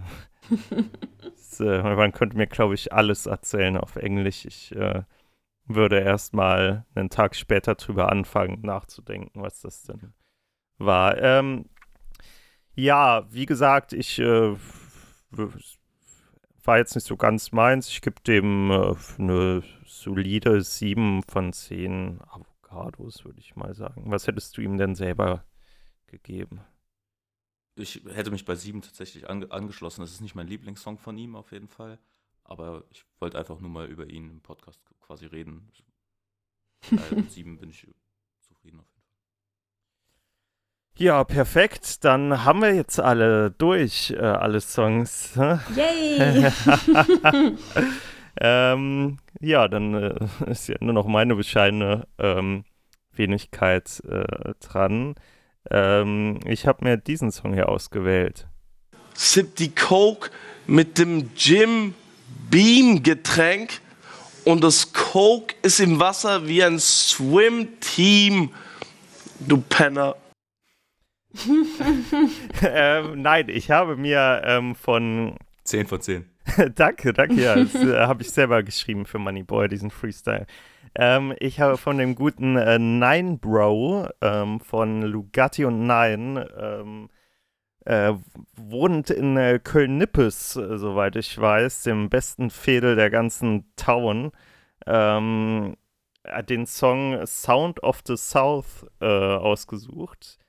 das, äh, man könnte mir, glaube ich, alles erzählen auf Englisch. Ich äh, würde erst mal einen Tag später drüber anfangen, nachzudenken, was das denn war. Ähm, ja, wie gesagt, ich äh, war jetzt nicht so ganz meins. Ich gebe dem äh, eine solide sieben von zehn Avocados, würde ich mal sagen. Was hättest du ihm denn selber gegeben? Ich hätte mich bei sieben tatsächlich ange- angeschlossen. Das ist nicht mein Lieblingssong von ihm auf jeden Fall. Aber ich wollte einfach nur mal über ihn im Podcast quasi reden. Äh, mit sieben bin ich zufrieden auf jeden Fall. Ja, perfekt. Dann haben wir jetzt alle durch, äh, alle Songs. Yay! ähm, ja, dann äh, ist ja nur noch meine bescheidene ähm, Wenigkeit äh, dran. Ähm, ich habe mir diesen Song hier ausgewählt. Sipp die Coke mit dem Jim Beam Getränk und das Coke ist im Wasser wie ein Swim-Team, du Penner. ähm, nein, ich habe mir ähm, von zehn von zehn. danke, danke, ja, das äh, habe ich selber geschrieben für Moneyboy, diesen Freestyle. Ähm, ich habe von dem guten äh, Nine Bro ähm, von Lugatti und Nine ähm, äh, wohnt in äh, Köln-Nippes, äh, soweit ich weiß, dem besten Fädel der ganzen Town. Ähm, hat den Song Sound of the South äh, ausgesucht.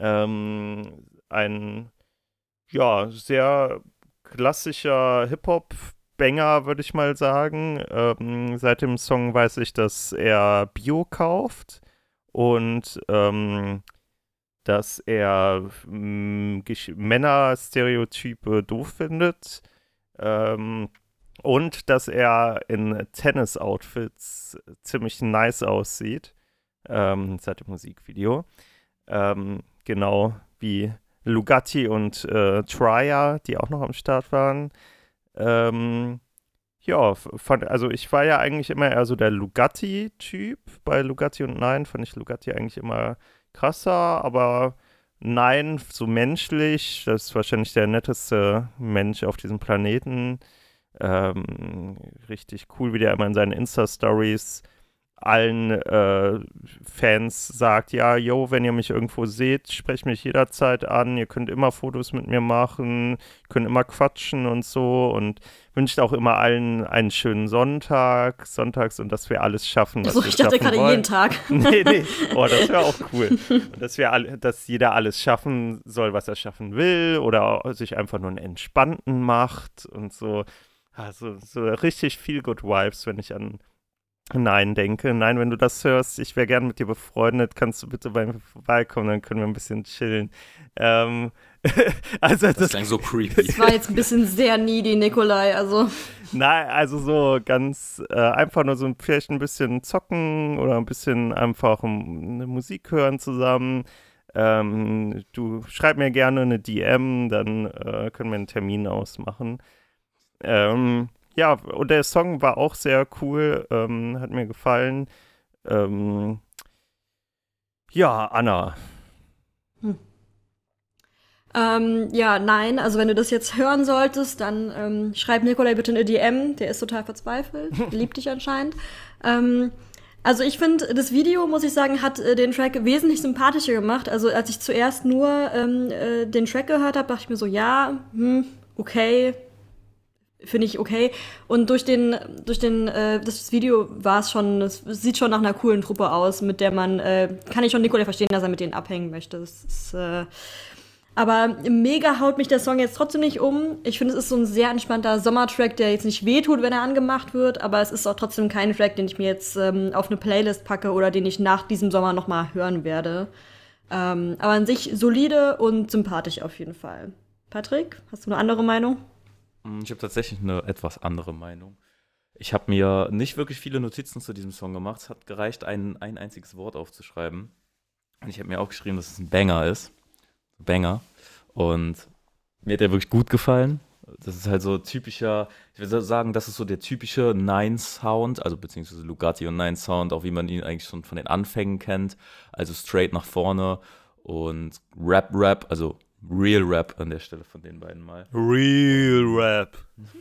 Ähm, ein ja, sehr klassischer Hip-Hop-Banger, würde ich mal sagen. Ähm, seit dem Song weiß ich, dass er Bio kauft und ähm, dass er mh, Männerstereotype doof findet ähm, und dass er in Tennis-Outfits ziemlich nice aussieht ähm, seit dem Musikvideo. Ähm, genau wie Lugatti und äh, Trier, die auch noch am Start waren. Ähm, ja, fand, also ich war ja eigentlich immer eher so der Lugatti-Typ. Bei Lugatti und Nein fand ich Lugatti eigentlich immer krasser, aber Nein, so menschlich, das ist wahrscheinlich der netteste Mensch auf diesem Planeten. Ähm, richtig cool, wie der immer in seinen Insta-Stories allen äh, Fans sagt, ja, yo, wenn ihr mich irgendwo seht, sprecht mich jederzeit an, ihr könnt immer Fotos mit mir machen, könnt immer quatschen und so und wünscht auch immer allen einen schönen Sonntag, sonntags und dass wir alles schaffen, was also, wir ich dachte schaffen gerade wollen. jeden Tag. nee, nee, oh, das wäre auch cool. Und dass wir alle, dass jeder alles schaffen soll, was er schaffen will oder sich einfach nur einen entspannten macht und so. Also so richtig viel Good Vibes, wenn ich an Nein denke. Nein, wenn du das hörst, ich wäre gern mit dir befreundet, kannst du bitte bei mir vorbeikommen, dann können wir ein bisschen chillen. Ähm, also das, Das klang so creepy. Das war jetzt ein bisschen sehr needy, Nikolai, also. Nein, also so ganz äh, einfach nur so vielleicht ein bisschen zocken oder ein bisschen einfach um, eine Musik hören zusammen. Ähm, du schreib mir gerne eine D M, dann äh, können wir einen Termin ausmachen. Ähm, Ja, und der Song war auch sehr cool, ähm, hat mir gefallen. Ähm, ja, Anna. Hm. Ähm, ja, nein, also wenn du das jetzt hören solltest, dann ähm, schreib Nikolai bitte eine D M, der ist total verzweifelt, liebt dich anscheinend. Ähm, also ich finde, das Video, muss ich sagen, hat äh, den Track wesentlich sympathischer gemacht. Also als ich zuerst nur ähm, äh, den Track gehört habe, dachte ich mir so, ja, hm, okay, finde ich okay. Und durch den, durch den, äh, das Video war es schon, es sieht schon nach einer coolen Truppe aus, mit der man, äh, kann ich schon Nikolai verstehen, dass er mit denen abhängen möchte. Das ist, äh, aber mega haut mich der Song jetzt trotzdem nicht um. Ich finde, es ist so ein sehr entspannter Sommertrack, der jetzt nicht wehtut, wenn er angemacht wird, aber es ist auch trotzdem kein Track, den ich mir jetzt ähm, auf eine Playlist packe oder den ich nach diesem Sommer noch mal hören werde. Ähm, aber an sich solide und sympathisch auf jeden Fall. Patrick, hast du eine andere Meinung? Ich habe tatsächlich eine etwas andere Meinung. Ich habe mir nicht wirklich viele Notizen zu diesem Song gemacht. Es hat gereicht, ein, ein einziges Wort aufzuschreiben. Und ich habe mir auch geschrieben, dass es ein Banger ist. Banger. Und mir hat der wirklich gut gefallen. Das ist halt so typischer, ich würde sagen, das ist so der typische Nine-Sound, also beziehungsweise Lugatti und Nine-Sound, auch wie man ihn eigentlich schon von den Anfängen kennt. Also straight nach vorne und Rap-Rap, also Real Rap an der Stelle von den beiden mal. Real Rap.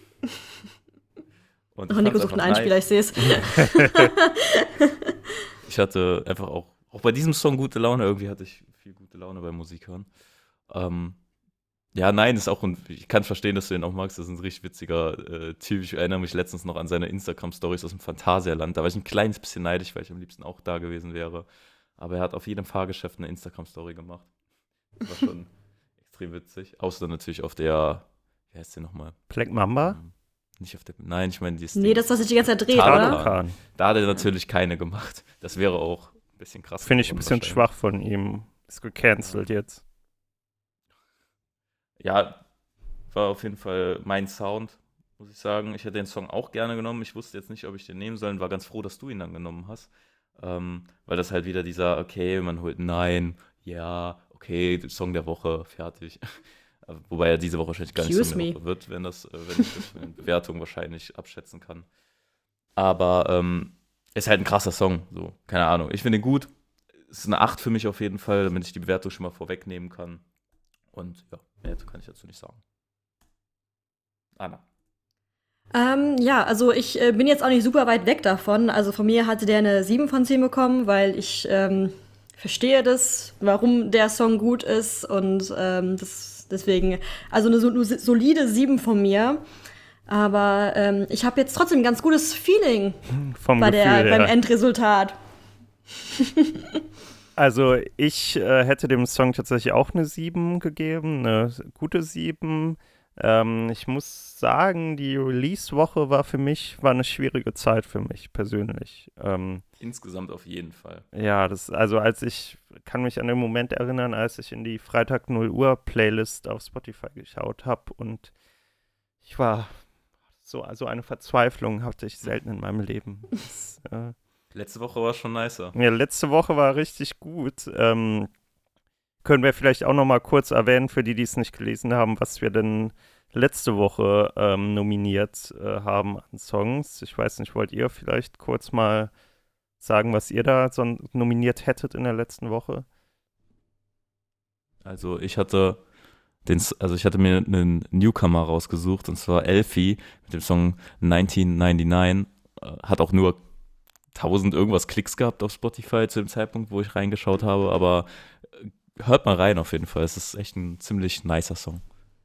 Und Oh, Nico sucht einen Einspieler, ich sehe es. Ich hatte einfach auch, auch bei diesem Song gute Laune. Irgendwie hatte ich viel gute gute Laune beim Musik hören. Ähm, ja, nein, ist auch ein, ich kann verstehen, dass du ihn auch magst. Das ist ein richtig witziger äh, Typ. Ich erinnere mich letztens noch an seine Instagram-Stories aus dem Phantasialand. Da war ich ein kleines bisschen neidisch, weil ich am liebsten auch da gewesen wäre. Aber er hat auf jedem Fahrgeschäft eine Instagram-Story gemacht. Das war schon extrem witzig. Außer natürlich auf der, wie heißt der nochmal? Black Mamba? Ähm, nicht auf der, nein, ich meine, die ist. Nee, das, was sich die ganze Zeit dreht, Tarkan. oder? Tarkan. Da hat er natürlich keine gemacht. Das wäre auch ein bisschen krass. Finde ich ein bisschen wahrscheinlich. schwach von ihm. Ist gecancelt jetzt. Ja, war auf jeden Fall mein Sound, muss ich sagen. Ich hätte den Song auch gerne genommen. Ich wusste jetzt nicht, ob ich den nehmen soll und war ganz froh, dass du ihn dann genommen hast. Ähm, weil das halt wieder dieser, okay, man holt Nein, ja, okay, Song der Woche, fertig. Wobei er diese Woche wahrscheinlich gar nicht Excuse Song der me. Woche wird, wenn, das, äh, wenn ich das mit der Bewertung wahrscheinlich abschätzen kann. Aber ähm, ist halt ein krasser Song, so, keine Ahnung. Ich finde ihn gut. Ist eine acht für mich auf jeden Fall, damit ich die Bewertung schon mal vorwegnehmen kann. Und ja, mehr kann ich dazu nicht sagen. Anna. Ähm, ja, also ich äh, bin jetzt auch nicht super weit weg davon. Also von mir hatte der eine sieben von zehn bekommen, weil ich ähm, verstehe das, warum der Song gut ist. Und ähm, das, deswegen, also eine, so, eine solide sieben von mir. Aber ähm, ich habe jetzt trotzdem ein ganz gutes Feeling Vom bei Gefühl der, her. beim Endresultat. Also ich äh, hätte dem Song tatsächlich auch eine sieben gegeben, eine gute sieben. Ähm, ich muss sagen, die Release-Woche war für mich, war eine schwierige Zeit für mich persönlich. Ähm, Insgesamt auf jeden Fall. ja, das, also als ich, kann mich an den Moment erinnern, als ich in die Freitag null Uhr Playlist auf Spotify geschaut habe und ich war, so also eine Verzweiflung hatte ich selten in meinem Leben. Das, äh, Letzte Woche war schon nicer. Ja, letzte Woche war richtig gut. Ähm, können wir vielleicht auch noch mal kurz erwähnen, für die, die es nicht gelesen haben, was wir denn letzte Woche ähm, nominiert äh, haben an Songs. Ich weiß nicht, wollt ihr vielleicht kurz mal sagen, was ihr da so nominiert hättet in der letzten Woche? Also ich hatte den, also ich hatte mir einen Newcomer rausgesucht, und zwar Elfie mit dem Song neunzehnhundertneunundneunzig. Äh, hat auch nur tausend irgendwas Klicks gehabt auf Spotify zu dem Zeitpunkt, wo ich reingeschaut habe, aber hört mal rein auf jeden Fall. Es ist echt ein ziemlich nicer Song.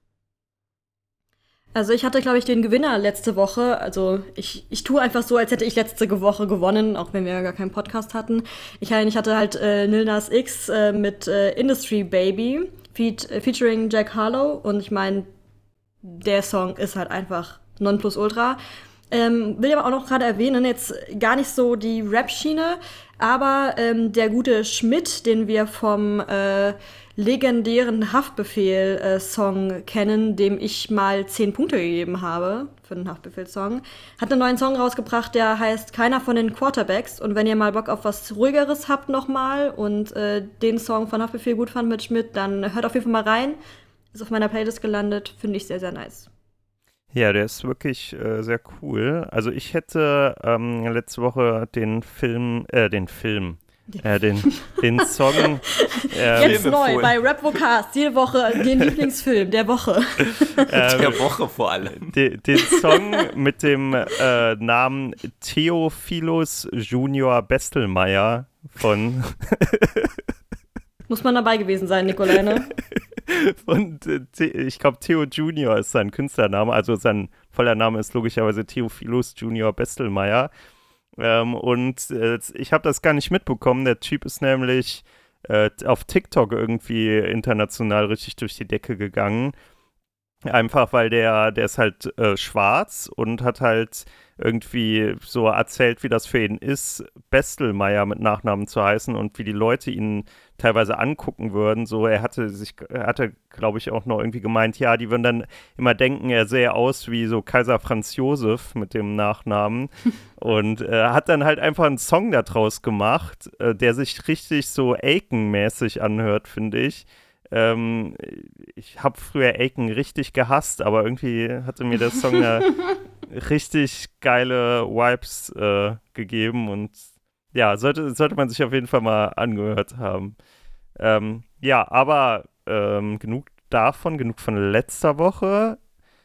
Also ich hatte, glaube ich, den Gewinner letzte Woche. Also ich, ich tue einfach so, als hätte ich letzte Woche gewonnen, auch wenn wir ja gar keinen Podcast hatten. Ich, ich hatte halt äh, Lil Nas X äh, mit äh, Industry Baby feat, äh, featuring Jack Harlow. Und ich meine, der Song ist halt einfach Nonplusultra. Ähm, will aber auch noch gerade erwähnen, jetzt gar nicht so die Rap-Schiene, aber ähm, der gute Schmidt, den wir vom äh, legendären Haftbefehl-Song kennen, dem ich mal zehn Punkte gegeben habe für den Haftbefehl-Song, hat einen neuen Song rausgebracht, der heißt Keiner von den Quarterbacks. Und wenn ihr mal Bock auf was Ruhigeres habt nochmal und äh, den Song von Haftbefehl gut fand mit Schmidt, dann hört auf jeden Fall mal rein. Ist auf meiner Playlist gelandet, finde ich sehr, sehr nice. Ja, der ist wirklich äh, sehr cool. Also ich hätte ähm, letzte Woche den Film, äh, den Film, äh, den, den Song. äh, Jetzt neu bei Rap-Vocast, jede Woche den Lieblingsfilm der Woche. äh, Der Woche vor allem. de, den Song mit dem äh, Namen Theophilus Junior Bestelmeier von Muss man dabei gewesen sein, Nikolai, ne? Und äh, The- ich glaube, Theo Junior ist sein Künstlername, also sein voller Name ist logischerweise Theophilus Junior Bestelmeier. Ähm, und äh, ich habe das gar nicht mitbekommen. Der Typ ist nämlich äh, auf TikTok irgendwie international richtig durch die Decke gegangen. Einfach weil der, der ist halt äh, schwarz und hat halt irgendwie so erzählt, wie das für ihn ist, Bestelmeier mit Nachnamen zu heißen und wie die Leute ihn teilweise angucken würden. So, er hatte sich, er hatte, glaube ich, auch noch irgendwie gemeint, ja, die würden dann immer denken, er sähe aus wie so Kaiser Franz Josef mit dem Nachnamen. Und äh, hat dann halt einfach einen Song daraus gemacht, äh, der sich richtig so Aiken-mäßig anhört, finde ich. Ähm, ich habe früher Aiken richtig gehasst, aber irgendwie hatte mir der Song ja richtig geile Vibes äh, gegeben und ja, sollte, sollte man sich auf jeden Fall mal angehört haben. Ähm, ja, aber ähm, genug davon, genug von letzter Woche.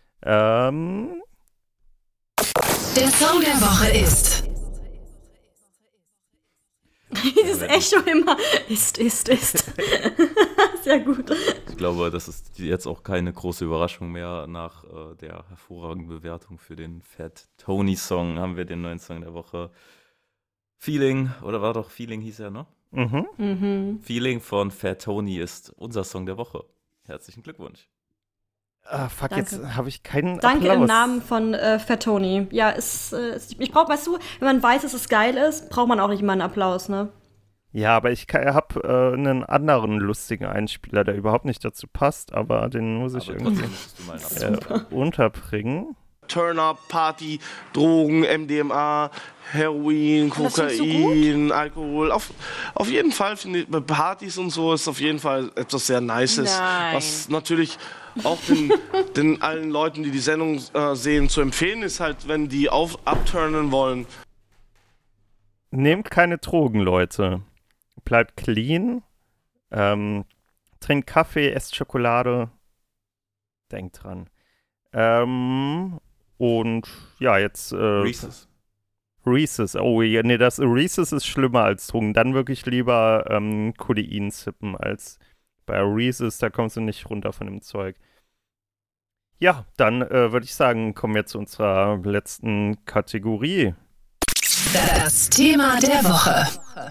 Ähm, Der Song der Woche ist Dieses Echo immer ist, ist, ist. Sehr gut. Ich glaube, das ist jetzt auch keine große Überraschung mehr. Nach äh, der hervorragenden Bewertung für den Fat Tony Song haben wir den neuen Song der Woche. Feeling, oder war doch Feeling hieß er, ne? Mhm. Mhm. Feeling von Fat Tony ist unser Song der Woche. Herzlichen Glückwunsch. Ah, fuck, Danke. jetzt habe ich keinen Danke Applaus. im Namen von äh, Fat Tony. Ja, ist, äh, ist, ich brauch, weißt du, wenn man weiß, dass es geil ist, braucht man auch nicht mal einen Applaus, ne? Ja, aber ich habe äh, einen anderen lustigen Einspieler, der überhaupt nicht dazu passt, aber den muss ich Aber irgendwie trotzdem müsstest du mal einen Applaus äh, unterbringen. Turn-up, Party, Drogen, M D M A, Heroin, das findest du Kokain, Alkohol. Auf, auf jeden Fall finde ich, bei Partys und so ist auf jeden Fall etwas sehr Nices. Nein. Was natürlich auch den, den allen Leuten, die die Sendung äh, sehen, zu empfehlen ist halt, wenn die auf abturnen wollen. Nehmt keine Drogen, Leute. Bleibt clean. Ähm, trinkt Kaffee, esst Schokolade. Denkt dran. Ähm, und ja, jetzt äh, Reese's. Reese's. Oh, ja, nee, das Reese's ist schlimmer als Drogen. Dann wirklich lieber ähm, Codein zippen als bei Reese's. Da kommst du nicht runter von dem Zeug. Ja, dann äh, würde ich sagen, kommen wir zu unserer letzten Kategorie. Das Thema der Woche.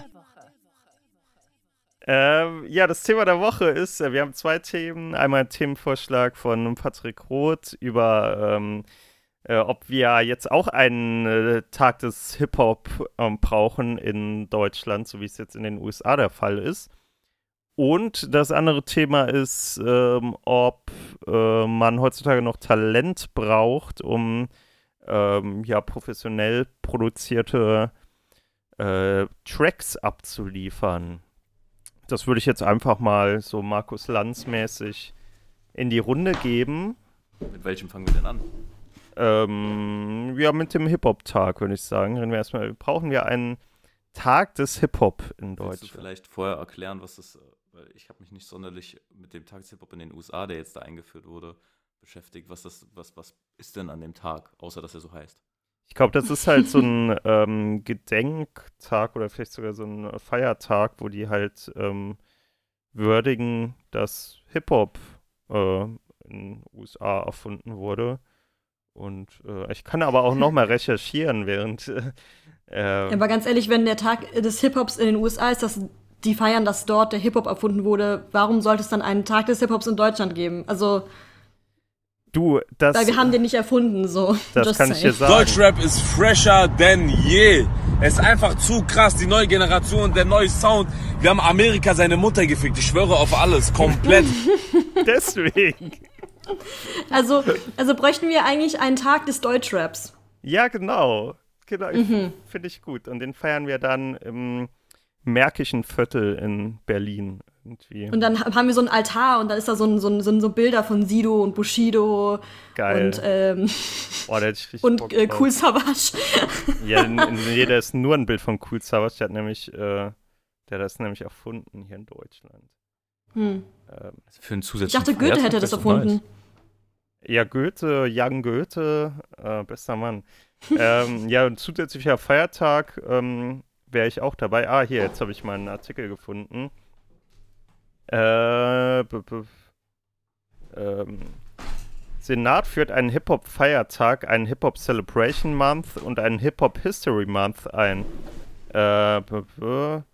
Ähm, ja, das Thema der Woche ist, äh, wir haben zwei Themen. Einmal ein Themenvorschlag von Patrick Roth über, ähm, äh, ob wir jetzt auch einen äh, Tag des Hip-Hop ähm, brauchen in Deutschland, so wie es jetzt in den U S A der Fall ist. Und das andere Thema ist, ähm, ob äh, man heutzutage noch Talent braucht, um ähm, ja, professionell produzierte äh, Tracks abzuliefern. Das würde ich jetzt einfach mal so Markus Lanz-mäßig in die Runde geben. Mit welchem fangen wir denn an? Ähm, ja, mit dem Hip-Hop-Tag, würde ich sagen. Reden wir erstmal, brauchen wir einen Tag des Hip-Hop in Willst du Deutschland? vielleicht vorher erklären, was das, weil ich habe mich nicht sonderlich mit dem Tag des Hip-Hop in den U S A, der jetzt da eingeführt wurde, beschäftigt. Was, das, was, was ist denn an dem Tag, außer dass er so heißt? Ich glaube, das ist halt so ein ähm, Gedenktag oder vielleicht sogar so ein Feiertag, wo die halt ähm, würdigen, dass Hip-Hop äh, in den U S A erfunden wurde. Und äh, ich kann aber auch noch mal recherchieren, während äh, äh, Aber ganz ehrlich, wenn der Tag des Hip-Hops in den U S A ist, dass die feiern, dass dort der Hip-Hop erfunden wurde, warum sollte es dann einen Tag des Hip-Hops in Deutschland geben? Also, du, das, weil wir haben den nicht erfunden, so. das Just kann ich dir saying. sagen. Deutschrap ist fresher denn je. Es ist einfach zu krass, die neue Generation, der neue Sound. Wir haben Amerika seine Mutter gefickt, ich schwöre auf alles, komplett. Deswegen. Also, also bräuchten wir eigentlich einen Tag des Deutschraps. Ja, genau. Genau, Mhm. finde ich gut. Und den feiern wir dann im Märkischen Viertel in Berlin irgendwie. Und dann haben wir so einen Altar und dann ist da so ein, so ein, so ein so Bilder von Sido und Bushido Geil. und, ähm, Boah, da hätte ich richtig und Bock äh, drauf. Kool Savas. Ja, n- n- nee, da ist nur ein Bild von Kool Savas. Der hat nämlich, äh, der hat das nämlich erfunden hier in Deutschland. Hm. Ähm, Für einen Ich zusätzlichen dachte, Goethe Feiertag hätte das ist doch erfunden. nice. ja, Goethe, Jan Goethe, äh, bester Mann. ähm, ja, ein zusätzlicher Feiertag ähm, wäre ich auch dabei. Ah, hier, jetzt habe ich mal einen Artikel gefunden. Äh, b- b- ähm, Senat führt einen Hip-Hop-Feiertag, einen Hip-Hop-Celebration Month und einen Hip-Hop-History Month ein. Äh, b- b-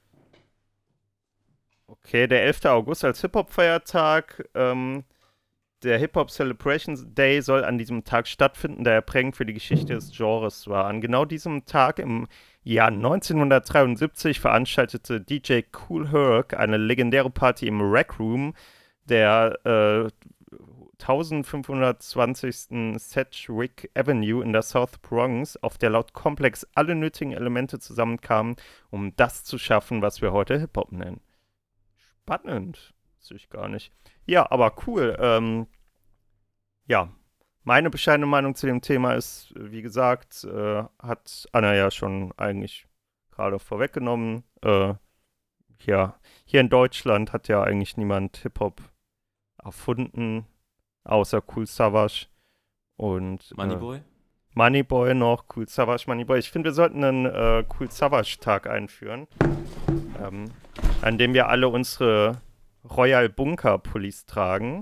okay, der elfter August als Hip-Hop-Feiertag. Ähm, der Hip-Hop Celebration Day soll an diesem Tag stattfinden, da er prägend für die Geschichte des Genres war. An genau diesem Tag im Jahr neunzehnhundertdreiundsiebzig veranstaltete D J Kool Herc eine legendäre Party im Rec Room der äh, eintausendfünfhundertzwanzigsten Sedgwick Avenue in der South Bronx, auf der laut Complex alle nötigen Elemente zusammenkamen, um das zu schaffen, was wir heute Hip-Hop nennen. Spannend. Wusste ich gar nicht. Ja, aber cool. Ähm, ja, meine bescheidene Meinung zu dem Thema ist, wie gesagt, äh, hat Anna ja schon eigentlich gerade vorweggenommen. Äh, ja, hier in Deutschland hat ja eigentlich niemand Hip-Hop erfunden, außer Kool Savas und äh, Moneyboy? Moneyboy noch, Kool Savas, Moneyboy. Ich finde, wir sollten einen äh, Kool Savas Tag einführen. ähm, an dem wir alle unsere Royal Bunker Pullis tragen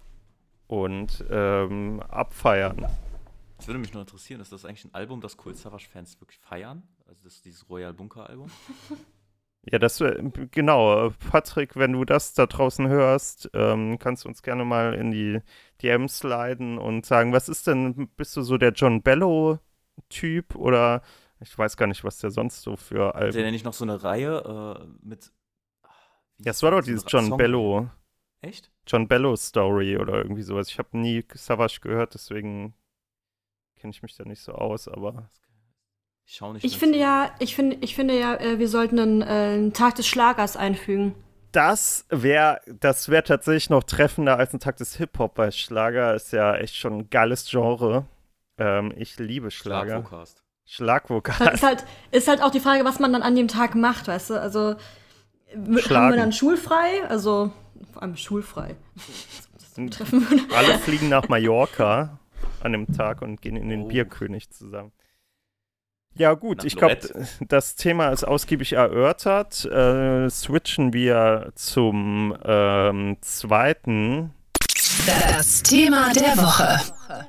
und ähm, abfeiern. Das würde mich nur interessieren, ist das eigentlich ein Album, das Cold Savage-Fans wirklich feiern? Also das, dieses Royal Bunker-Album? Ja, das wär- genau. Patrick, wenn du das da draußen hörst, ähm, kannst du uns gerne mal in die D Ms sliden und sagen, was ist denn, bist du so der John Bello-Typ oder ich weiß gar nicht, was der sonst so für Hat der Alben. denn nicht noch so eine Reihe äh, mit. wie Ja, es hieß war denn doch so eine dieses Ra- John Song- Bello, Echt? John Bello Story oder irgendwie sowas. Ich habe nie Savage gehört, deswegen kenne ich mich da nicht so aus, aber Ich schau nicht Ich mehr finde zu. ja, ich finde, ich finde ja, äh, wir sollten einen, äh, einen Tag des Schlagers einfügen. das wäre das wär tatsächlich noch treffender als ein Tag des Hip-Hop, weil Schlager ist ja echt schon ein geiles Genre. Ähm, ich liebe Schlager. Schlagvokast. Schlagvokal. Das ist halt, ist halt auch die Frage, was man dann an dem Tag macht, weißt du? Also w- Schlagen. haben wir dann schulfrei? Also vor allem schulfrei. Treffen würde. Alle fliegen nach Mallorca an dem Tag und gehen in den Oh. Bierkönig zusammen. Ja gut, Nach ich glaube, Lorette. das Thema ist ausgiebig erörtert. Äh, switchen wir zum ähm, zweiten. Das Thema der Woche.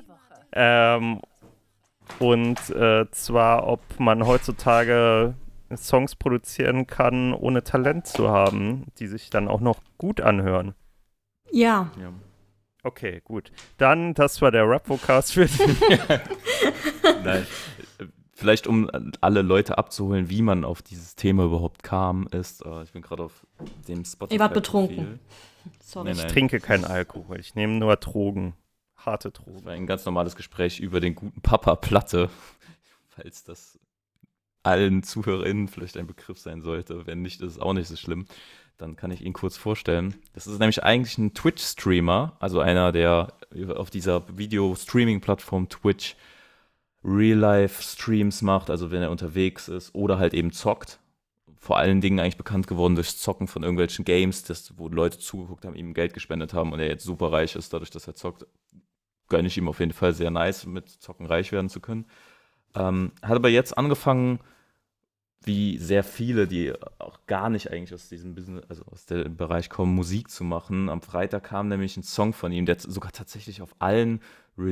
Ähm, und äh, zwar, ob man heutzutage Songs produzieren kann, ohne Talent zu haben, die sich dann auch noch gut anhören. Ja. Ja. Okay, gut. Dann, das war der Rap-Vocast für die. Nein. Vielleicht um alle Leute abzuholen, wie man auf dieses Thema überhaupt kam, ist, äh, ich bin gerade auf dem Spotify. Ihr wart betrunken. Sorry. Nein, Ich nein. trinke keinen Alkohol, ich nehme nur Drogen. Harte Das Drogen. war ein ganz normales Gespräch über den guten Papa Platte, falls das allen ZuhörerInnen vielleicht ein Begriff sein sollte. Wenn nicht, ist es auch nicht so schlimm. Dann kann ich ihn kurz vorstellen. Das ist nämlich eigentlich ein Twitch-Streamer, also einer, der auf dieser Video-Streaming-Plattform Twitch Real-Life-Streams macht, also wenn er unterwegs ist oder halt eben zockt. Vor allen Dingen eigentlich bekannt geworden durch Zocken von irgendwelchen Games, das, wo Leute zugeguckt haben, ihm Geld gespendet haben und er jetzt super reich ist, dadurch, dass er zockt. Gönne ich ihm auf jeden Fall sehr nice, mit Zocken reich werden zu können. Ähm, hat aber jetzt angefangen, wie sehr viele, die auch gar nicht eigentlich aus diesem Business, also aus dem Bereich kommen, Musik zu machen. Am Freitag kam nämlich ein Song von ihm, der sogar tatsächlich auf allen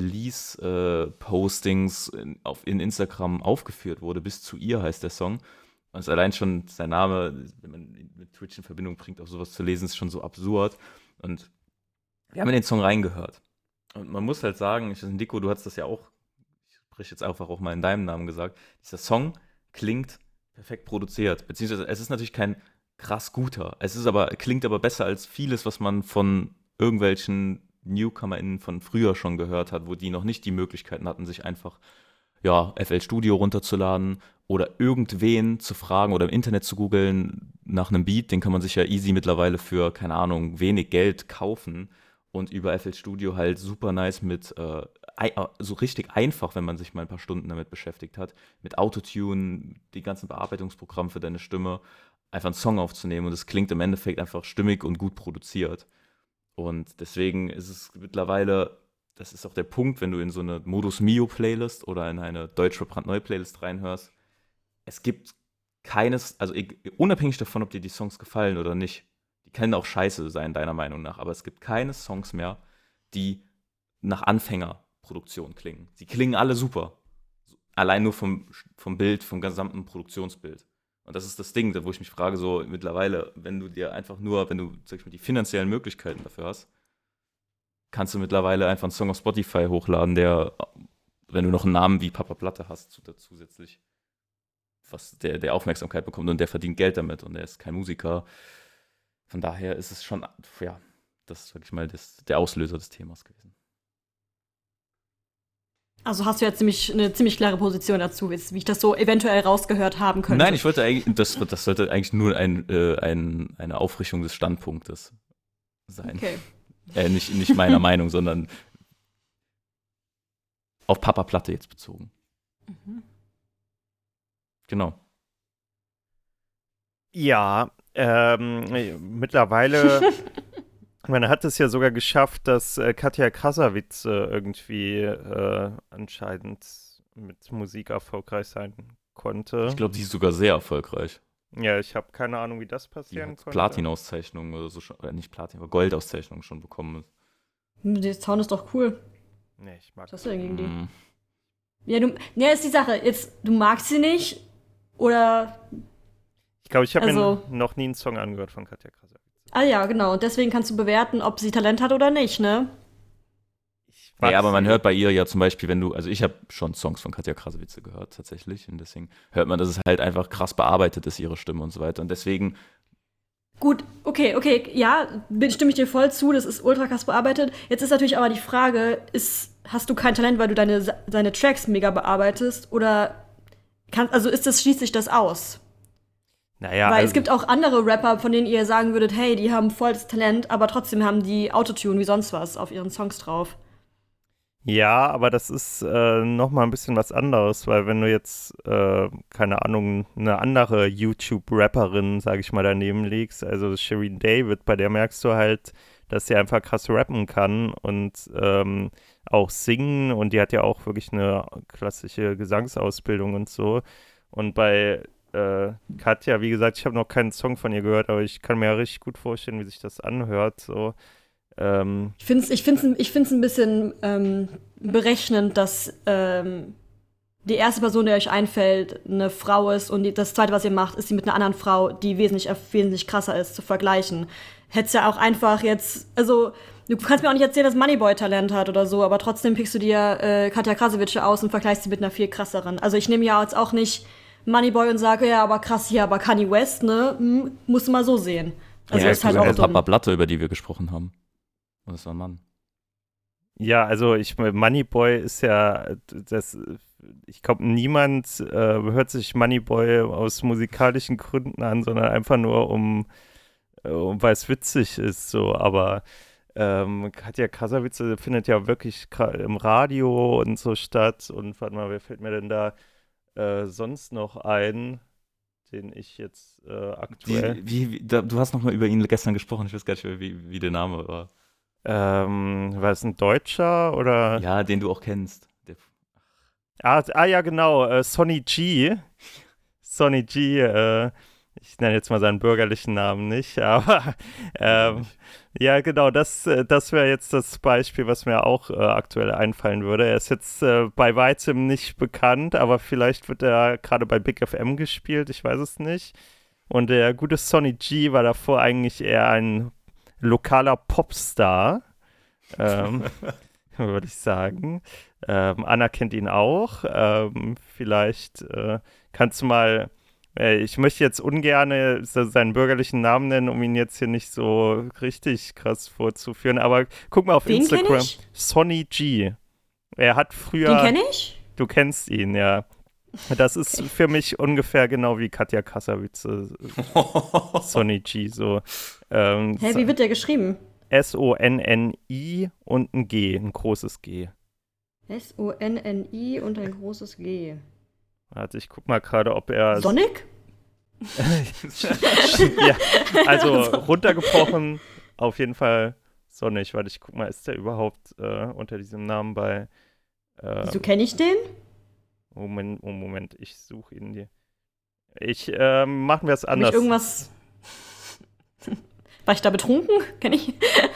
Release-Postings in, auf, in Instagram aufgeführt wurde. Bis zu ihr heißt der Song. Und es ist allein schon sein Name, wenn man ihn mit Twitch in Verbindung bringt, auch sowas zu lesen, ist schon so absurd. Und wir haben in den Song reingehört. Und man muss halt sagen, ich, Nico, du hast das ja auch, ich spreche jetzt einfach auch mal in deinem Namen gesagt, dieser Song klingt perfekt produziert, beziehungsweise es ist natürlich kein krass guter, es ist aber, klingt aber besser als vieles, was man von irgendwelchen NewcomerInnen von früher schon gehört hat, wo die noch nicht die Möglichkeiten hatten, sich einfach, ja, F L Studio runterzuladen oder irgendwen zu fragen oder im Internet zu googeln nach einem Beat, den kann man sich ja easy mittlerweile für, keine Ahnung, wenig Geld kaufen und über F L Studio halt super nice mit, äh, ei- äh, so richtig einfach, wenn man sich mal ein paar Stunden damit beschäftigt hat, mit Autotune, die ganzen Bearbeitungsprogramme für deine Stimme, einfach einen Song aufzunehmen und es klingt im Endeffekt einfach stimmig und gut produziert. Und deswegen ist es mittlerweile, das ist auch der Punkt, wenn du in so eine Modus Mio Playlist oder in eine Deutschrap brandneue Playlist reinhörst, es gibt keines, also e- unabhängig davon, ob dir die Songs gefallen oder nicht, die können auch scheiße sein, deiner Meinung nach, aber es gibt keine Songs mehr, die nach Anfängerproduktion klingen. Sie klingen alle super. Allein nur vom, vom Bild, vom gesamten Produktionsbild. Und das ist das Ding, wo ich mich frage, so mittlerweile, wenn du dir einfach nur, wenn du, sag ich mal, die finanziellen Möglichkeiten dafür hast, kannst du mittlerweile einfach einen Song auf Spotify hochladen, der, wenn du noch einen Namen wie Papa Platte hast, zu- zusätzlich, was der, der Aufmerksamkeit bekommt und der verdient Geld damit und der ist kein Musiker. Von daher ist es schon, ja, das ist, sag ich mal, das, der Auslöser des Themas gewesen. Also hast du ja ziemlich, eine ziemlich klare Position dazu, wie ich das so eventuell rausgehört haben könnte. Nein, ich wollte eigentlich, das, das sollte eigentlich nur ein, äh, ein, eine Aufrichtung des Standpunktes sein. Okay. Äh, nicht, nicht meiner Meinung, sondern auf Papa Platte jetzt bezogen. Mhm. Genau. Ja, ähm, mittlerweile, man hat es ja sogar geschafft, dass äh, Katja Krasavice irgendwie äh, anscheinend mit Musik erfolgreich sein konnte. Ich glaube, die ist sogar sehr erfolgreich. Ja, ich habe keine Ahnung, wie das Die passieren hat konnte. Platinauszeichnungen oder so schon, oder nicht Platin, aber Goldauszeichnungen schon bekommen. Der Sound ist doch cool. Nee, ich mag Was hast du denn gegen die? Mm. Ja, du, ja, ist die Sache. Jetzt, du magst sie nicht oder. Ich glaube, ich habe Also- mir noch nie einen Song angehört von Katja Krasavice. Ah ja, genau. Und deswegen kannst du bewerten, ob sie Talent hat oder nicht, ne? Ich mag Nee, aber man sie. hört bei ihr ja zum Beispiel, wenn du, also ich habe schon Songs von Katja Krasavice gehört, tatsächlich. Und deswegen hört man, dass es halt einfach krass bearbeitet ist, ihre Stimme und so weiter. Und deswegen, Gut, okay, okay, ja, bin, stimme ich dir voll zu, das ist ultra krass bearbeitet. Jetzt ist natürlich aber die Frage, ist, hast du kein Talent, weil du deine, deine Tracks mega bearbeitest? Oder kann, also ist das, schließt sich das aus? Naja, weil also, es gibt auch andere Rapper, von denen ihr sagen würdet, hey, die haben volles Talent, aber trotzdem haben die Autotune wie sonst was auf ihren Songs drauf. ja, aber das ist äh, nochmal ein bisschen was anderes, weil wenn du jetzt, äh, keine Ahnung, eine andere YouTube-Rapperin, sage ich mal, daneben legst, also Shireen David, bei der merkst du halt, dass sie einfach krass rappen kann und ähm, auch singen und die hat ja auch wirklich eine klassische Gesangsausbildung und so. Und bei äh, Katja, wie gesagt, ich habe noch keinen Song von ihr gehört, aber ich kann mir ja richtig gut vorstellen, wie sich das anhört, so. Ähm, Ich finde es ich find's, ich find's ein bisschen ähm, berechnend, dass ähm, die erste Person, die euch einfällt, eine Frau ist und die, das zweite, was ihr macht, ist sie mit einer anderen Frau, die wesentlich, wesentlich krasser ist, zu vergleichen. Hättest ja auch einfach jetzt, also du kannst mir auch nicht erzählen, dass Moneyboy Talent hat oder so, aber trotzdem pickst du dir äh, Katja Krasavice aus und vergleichst sie mit einer viel krasseren. Also ich nehme ja jetzt auch nicht Moneyboy und sage, ja, aber krass hier, aber Kanye West, ne, hm, musst du mal so sehen. Also ja, ist halt also auch Papa dumm. Blatte, über die wir gesprochen haben. Und das war ein Mann. Ja, also ich Moneyboy ist ja, das, ich glaube, niemand äh, hört sich Moneyboy aus musikalischen Gründen an, sondern einfach nur um, äh, um weil es witzig ist, so, aber ähm, Katja Krasavice findet ja wirklich gra- im Radio und so statt und warte mal, wer fällt mir denn da äh, sonst noch ein, den ich jetzt äh, aktuell, Wie, wie, da, du hast noch mal über ihn gestern gesprochen, ich weiß gar nicht mehr, wie, wie der Name war. ähm, war es ein Deutscher oder? Ja, den du auch kennst. Der, Ah, ah ja, genau, äh, Sonny G. Sonny G, äh, ich nenne jetzt mal seinen bürgerlichen Namen nicht, aber ähm, ja, genau, das, äh, das wäre jetzt das Beispiel, was mir auch äh, aktuell einfallen würde. Er ist jetzt äh, bei weitem nicht bekannt, aber vielleicht wird er gerade bei Big F M gespielt, ich weiß es nicht. Und der gute Sonny G war davor eigentlich eher ein lokaler Popstar, ähm, würde ich sagen. Ähm, Anna kennt ihn auch. Ähm, vielleicht äh, kannst du mal, äh, ich möchte jetzt ungern so seinen bürgerlichen Namen nennen, um ihn jetzt hier nicht so richtig krass vorzuführen, aber guck mal auf Den kenn Instagram. ich. Sonny G. Er hat früher. Den kenne ich? Du kennst ihn, ja. Das ist für mich ungefähr genau wie Katja Krasavice, Sonny G, so. Ähm, Hä, wie wird der geschrieben? S O N N I und ein G, ein großes G. S O N N I und ein großes G. Warte, ich guck mal gerade, ob er. Sonic? Ja, also runtergebrochen, auf jeden Fall Sonic. Warte, ich guck mal, ist der überhaupt äh, unter diesem Namen bei. Äh, Wieso kenne ich den? Moment, oh Moment, ich suche ihn dir. Ich, ähm, machen wir es Hab anders. ich irgendwas. War ich da betrunken? Kenn ich?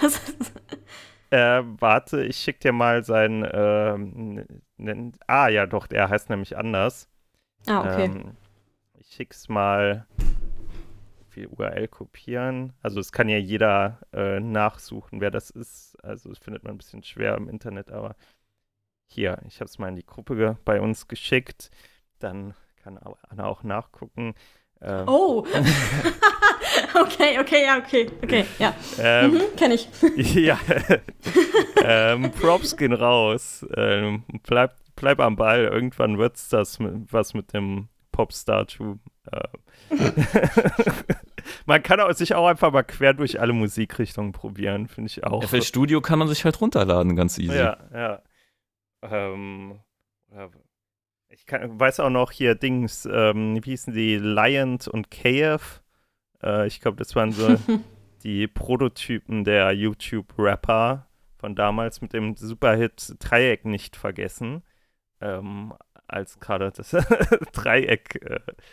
Äh, warte, ich schick dir mal sein, ähm, nen- ah ja, doch, der heißt nämlich anders. ah, okay. Ähm, ich schick's mal, wie U R L kopieren. Also es kann ja jeder äh, nachsuchen, wer das ist. Also das findet man ein bisschen schwer im Internet, aber hier, ich habe es mal in die Gruppe ge bei uns geschickt. Dann kann au- Anna auch nachgucken. Ähm, Oh! okay, okay, ja, okay, okay, ja. ähm, Mhm, kenn ich. Ja, ähm, Props gehen raus. Ähm, bleib, bleib am Ball. Irgendwann wird's das mit, was mit dem Popstar-Tube. Äh. Man kann auch, sich auch einfach mal quer durch alle Musikrichtungen probieren, finde ich auch. F L Studio kann man sich halt runterladen, ganz easy. Ja, ja. Ähm, ja, ich kann, weiß auch noch hier Dings, ähm, wie hießen die, Lion und K F. Äh, ich glaube, das waren so die Prototypen der YouTube-Rapper von damals mit dem Superhit Dreieck nicht vergessen. Ähm, als gerade das Dreieck äh,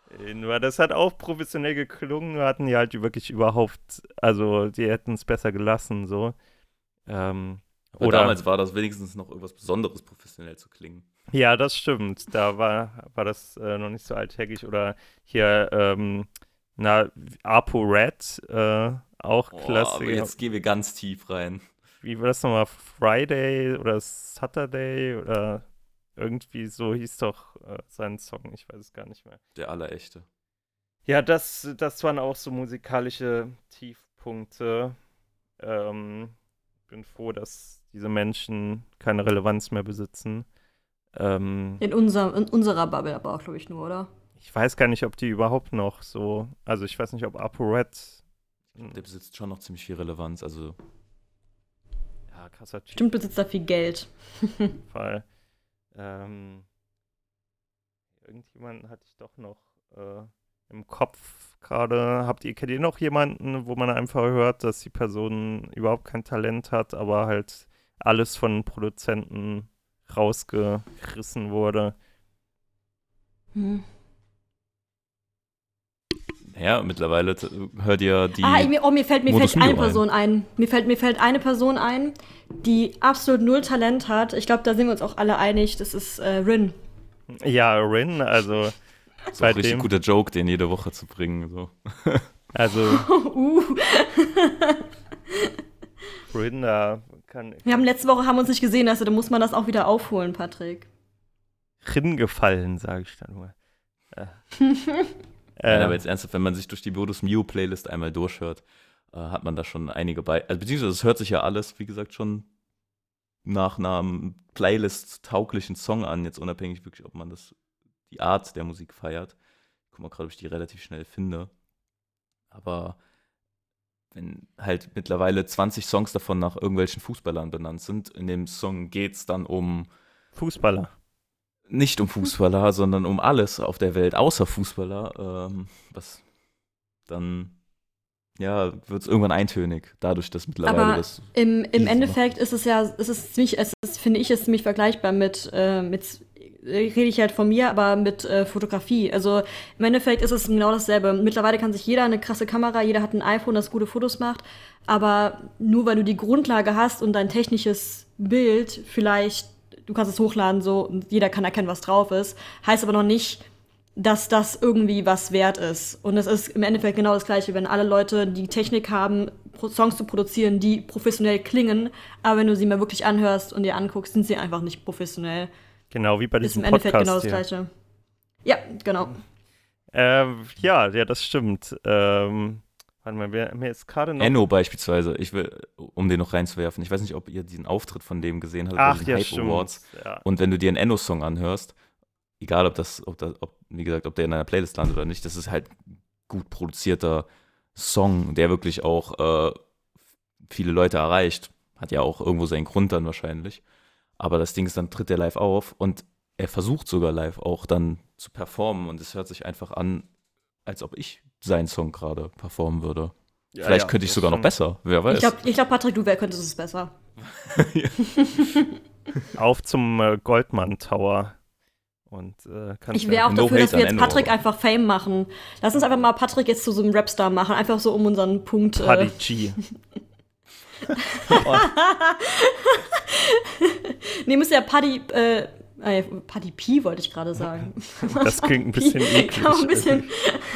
Nur das hat auch professionell geklungen, nur hatten die halt wirklich überhaupt, also die hätten es besser gelassen, so. Ähm, Aber oder, damals war das wenigstens noch irgendwas Besonderes, professionell zu klingen. Ja, das stimmt. Da war, war das äh, noch nicht so alltäglich. Oder hier, ähm, na, ApoRed, äh, auch Oh, klasse. aber jetzt gehen wir ganz tief rein. Wie war das nochmal? Friday oder Saturday oder irgendwie so hieß doch äh, sein Song. Ich weiß es gar nicht mehr. Der Allerechte. Ja, das, das waren auch so musikalische Tiefpunkte. Ähm, bin froh, dass diese Menschen keine Relevanz mehr besitzen. Ähm, In, unser, in unserer Bubble aber auch, glaube ich, nur, oder? ich weiß gar nicht, ob die überhaupt noch so, also ich weiß nicht, ob ApoRed, Der besitzt schon noch ziemlich viel Relevanz. Also, ja, krasser Typ. Bestimmt besitzt er viel Geld. Auf jeden Fall. Ähm, irgendjemanden hatte ich doch noch äh, im Kopf gerade. Habt ihr, kennt ihr noch jemanden, wo man einfach hört, dass die Person überhaupt kein Talent hat, aber halt alles von Produzenten rausgerissen wurde? Hm. naja, mittlerweile t- hört ihr die. Ah, mir, oh, mir fällt, mir Modus fällt eine Mio ein. Person ein. Mir fällt, mir fällt eine Person ein, die absolut null Talent hat. Ich glaube, da sind wir uns auch alle einig. Das ist äh, Rin. Ja, Rin, also Das ist bei auch ein richtig dem, guter Joke, den jede Woche zu bringen. So. also uh. Rin, da kann Wir haben letzte Woche haben uns nicht gesehen, also da muss man das auch wieder aufholen, Patrick. Rin gefallen, sage ich dann nur. Ja. Nein, äh, aber jetzt ernsthaft, wenn man sich durch die Modus Mio Playlist einmal durchhört, äh, hat man da schon einige bei. Also, beziehungsweise es hört sich ja alles, wie gesagt, schon nach einem Playlist-tauglichen Song an, jetzt unabhängig wirklich, ob man das, die Art der Musik feiert. Guck mal gerade, ob ich die relativ schnell finde. Aber wenn halt mittlerweile zwanzig Songs davon nach irgendwelchen Fußballern benannt sind, in dem Song geht es dann um, Fußballer. nicht um Fußballer, sondern um alles auf der Welt, außer Fußballer, ähm, was dann, ja, wird es irgendwann eintönig, dadurch, dass mittlerweile Aber das im, im dieses Endeffekt ist es ja, ist es ziemlich, es ist, finde ich, es ziemlich vergleichbar mit, äh, mit rede ich halt von mir, aber mit äh, Fotografie. Also im Endeffekt ist es genau dasselbe. Mittlerweile kann sich jeder eine krasse Kamera, jeder hat ein iPhone, das gute Fotos macht, aber nur weil du die Grundlage hast und dein technisches Bild vielleicht, du kannst es hochladen so und jeder kann erkennen, was drauf ist, heißt aber noch nicht, dass das irgendwie was wert ist. Und es ist im Endeffekt genau das Gleiche, wenn alle Leute die Technik haben, Pro- Songs zu produzieren, die professionell klingen, aber wenn du sie mal wirklich anhörst und dir anguckst, sind sie einfach nicht professionell. Genau, wie bei Ist diesem im Endeffekt Podcast genau das hier. Gleiche. Ja, genau. Ähm, ja, ja, das stimmt. Ähm, warte mal, wer, mir ist gerade noch... Enno beispielsweise, ich will, um den noch reinzuwerfen, ich weiß nicht, ob ihr diesen Auftritt von dem gesehen habt, bei Ach, den ja, Hype stimmt. Awards. Ja. Und wenn du dir einen Enno-Song anhörst, egal ob das, ob das, ob, wie gesagt, ob der in einer Playlist landet oder nicht, das ist halt ein gut produzierter Song, der wirklich auch äh, viele Leute erreicht. Hat ja auch irgendwo seinen Grund dann wahrscheinlich. Aber das Ding ist, dann tritt er live auf und er versucht sogar live auch dann zu performen und es hört sich einfach an, als ob ich seinen Song gerade performen würde. Ja, Vielleicht ja, könnte ich das sogar noch schon. besser, wer weiß. Ich glaube, ich glaub, Patrick, du wär, könntest es besser. Auf zum äh, Goldman Tower. Und äh, kannst Ich wäre auch No dafür, dass hate wir an jetzt Enno, Patrick aber- einfach Fame machen. Lass uns einfach mal Patrick jetzt zu so einem Rapstar machen, einfach so um unseren Punkt. Paddy Äh, G. nee, müsste ja Paddy, äh, äh, Paddy P wollte ich gerade sagen. Das klingt ein bisschen P. eklig. Kann man ein bisschen,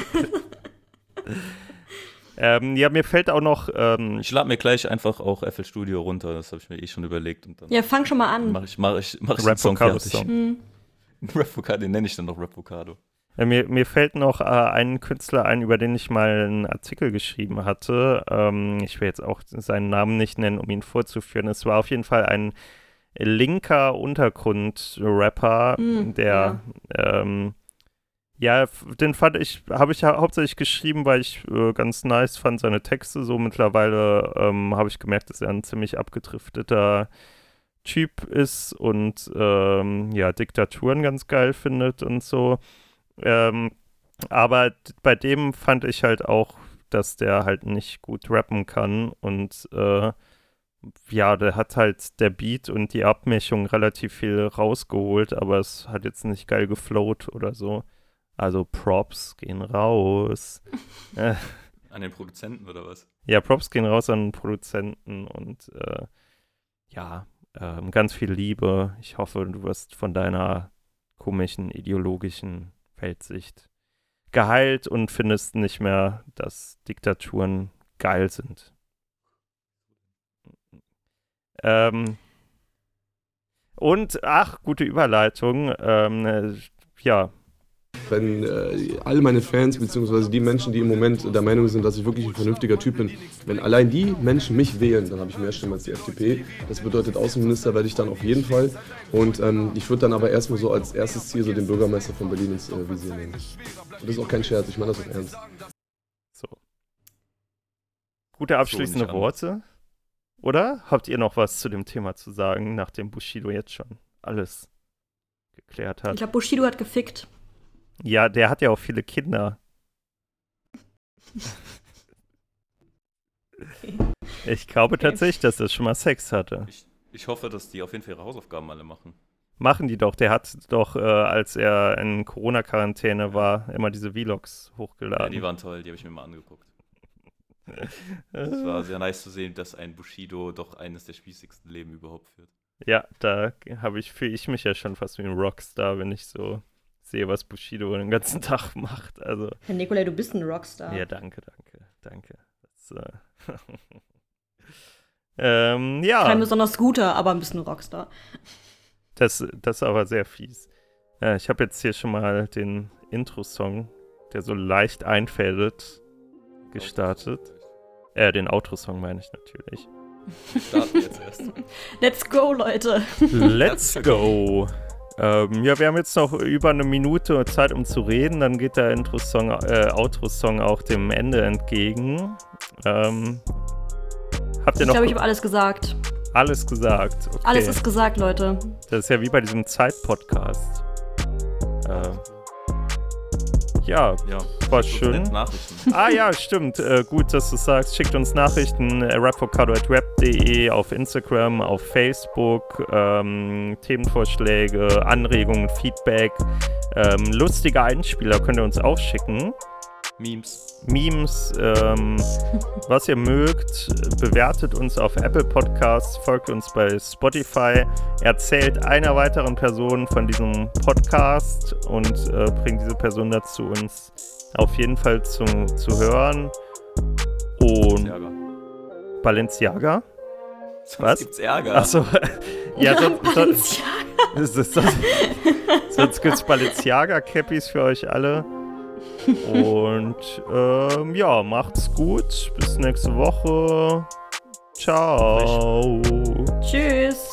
Ähm, ja, mir fällt auch noch, ähm, Ich lade mir gleich einfach auch F L Studio runter, das habe ich mir eh schon überlegt. Und dann ja, fang schon mal an. mache ich, mach ich, mach ich den Song Rap-Vocado fertig. Song. Hm. Rap-Vocado, den nenne ich dann noch Rap-Vocado. Ja, mir, mir fällt noch äh, ein Künstler ein, über den ich mal einen Artikel geschrieben hatte. Ähm, ich will jetzt auch seinen Namen nicht nennen, um ihn vorzuführen. Es war auf jeden Fall ein linker Untergrund-Rapper, Mm, der ähm, ja, f- den fand ich, habe ich ja hauptsächlich geschrieben, weil ich äh, ganz nice fand seine Texte. So mittlerweile ähm, habe ich gemerkt, dass er ein ziemlich abgedrifteter Typ ist und ähm, ja, Diktaturen ganz geil findet und so. Ähm, aber d- bei dem fand ich halt auch, dass der halt nicht gut rappen kann und äh, ja, der hat halt der Beat und die Abmischung relativ viel rausgeholt, aber es hat jetzt nicht geil geflowt oder so. Also Props gehen raus. äh, An den Produzenten oder was? ja, Props gehen raus an den Produzenten und äh, ja, ähm, ganz viel Liebe. Ich hoffe, du wirst von deiner komischen, ideologischen Weltsicht geheilt und findest nicht mehr, dass Diktaturen geil sind. Ähm, und, ach, gute Überleitung. Ähm, äh, ja, Wenn äh, all meine Fans, beziehungsweise die Menschen, die im Moment der Meinung sind, dass ich wirklich ein vernünftiger Typ bin, wenn allein die Menschen mich wählen, dann habe ich mehr Stimmen als die F D P. Das bedeutet, Außenminister werde ich dann auf jeden Fall. Und ähm, ich würde dann aber erstmal so als erstes Ziel so den Bürgermeister von Berlin ins äh, Visier nehmen. Und das ist auch kein Scherz, ich meine das auch ernst. so. Gute abschließende nicht Worte. Oder habt ihr noch was zu dem Thema zu sagen, nachdem Bushido jetzt schon alles geklärt hat? Ich glaube, Bushido hat gefickt. Ja, der hat ja auch viele Kinder. Okay. Ich glaube tatsächlich, dass er schon mal Sex hatte. Ich, ich hoffe, dass die auf jeden Fall ihre Hausaufgaben alle machen. Machen die doch. Der hat doch, äh, als er in Corona-Quarantäne war, immer diese Vlogs Ja, hochgeladen. die waren toll, die habe ich mir mal angeguckt. Es war sehr nice zu sehen, dass ein Bushido doch eines der spießigsten Leben überhaupt führt. Ja, da habe ich, fühle ich mich ja schon fast wie ein Rockstar, wenn ich so sehe, was Bushido den ganzen Tag macht. Also, Herr Nikolai, du bist ein Rockstar. ja, danke, danke, danke. Das, äh ähm, ja, Kein besonders guter, aber ein bisschen Rockstar. das, das ist aber sehr fies. Äh, ich habe jetzt hier schon mal den Intro-Song, der so leicht einfädelt, gestartet. Äh, den Outro-Song meine ich natürlich. Wir starten jetzt erst. Let's go, Leute. Let's go! Ähm, ja, wir haben jetzt noch über eine Minute Zeit, um zu reden. Dann geht der Intro-Song, äh, Outro-Song auch dem Ende entgegen. Ähm, habt ihr Ich noch glaube, ich habe alles gesagt. alles gesagt? Okay. Alles ist gesagt, Leute. Das ist ja wie bei diesem Zeit-Podcast. Äh, ja, Ja, war schickt uns schön. nette Nachrichten. Ah ja, stimmt. Äh, gut, dass du sagst. Schickt uns Nachrichten. Äh, rapvocado at rap punkt de auf Instagram, auf Facebook. Ähm, Themenvorschläge, Anregungen, Feedback. Ähm, lustige Einspieler könnt ihr uns auch schicken. Memes. Memes, ähm, was ihr mögt. Bewertet uns auf Apple Podcasts, folgt uns bei Spotify, erzählt einer weiteren Person von diesem Podcast und äh, bringt diese Person dazu, uns auf jeden Fall zu, zu hören. Und Ärger. Balenciaga? Sonst Was? gibt's Ärger. Achso, ja, so, so, Balenciaga. das ist das, sonst gibt's Balenciaga-Cappies für euch alle. Und ähm, ja, macht's gut. Bis nächste Woche. Ciao. Tschüss.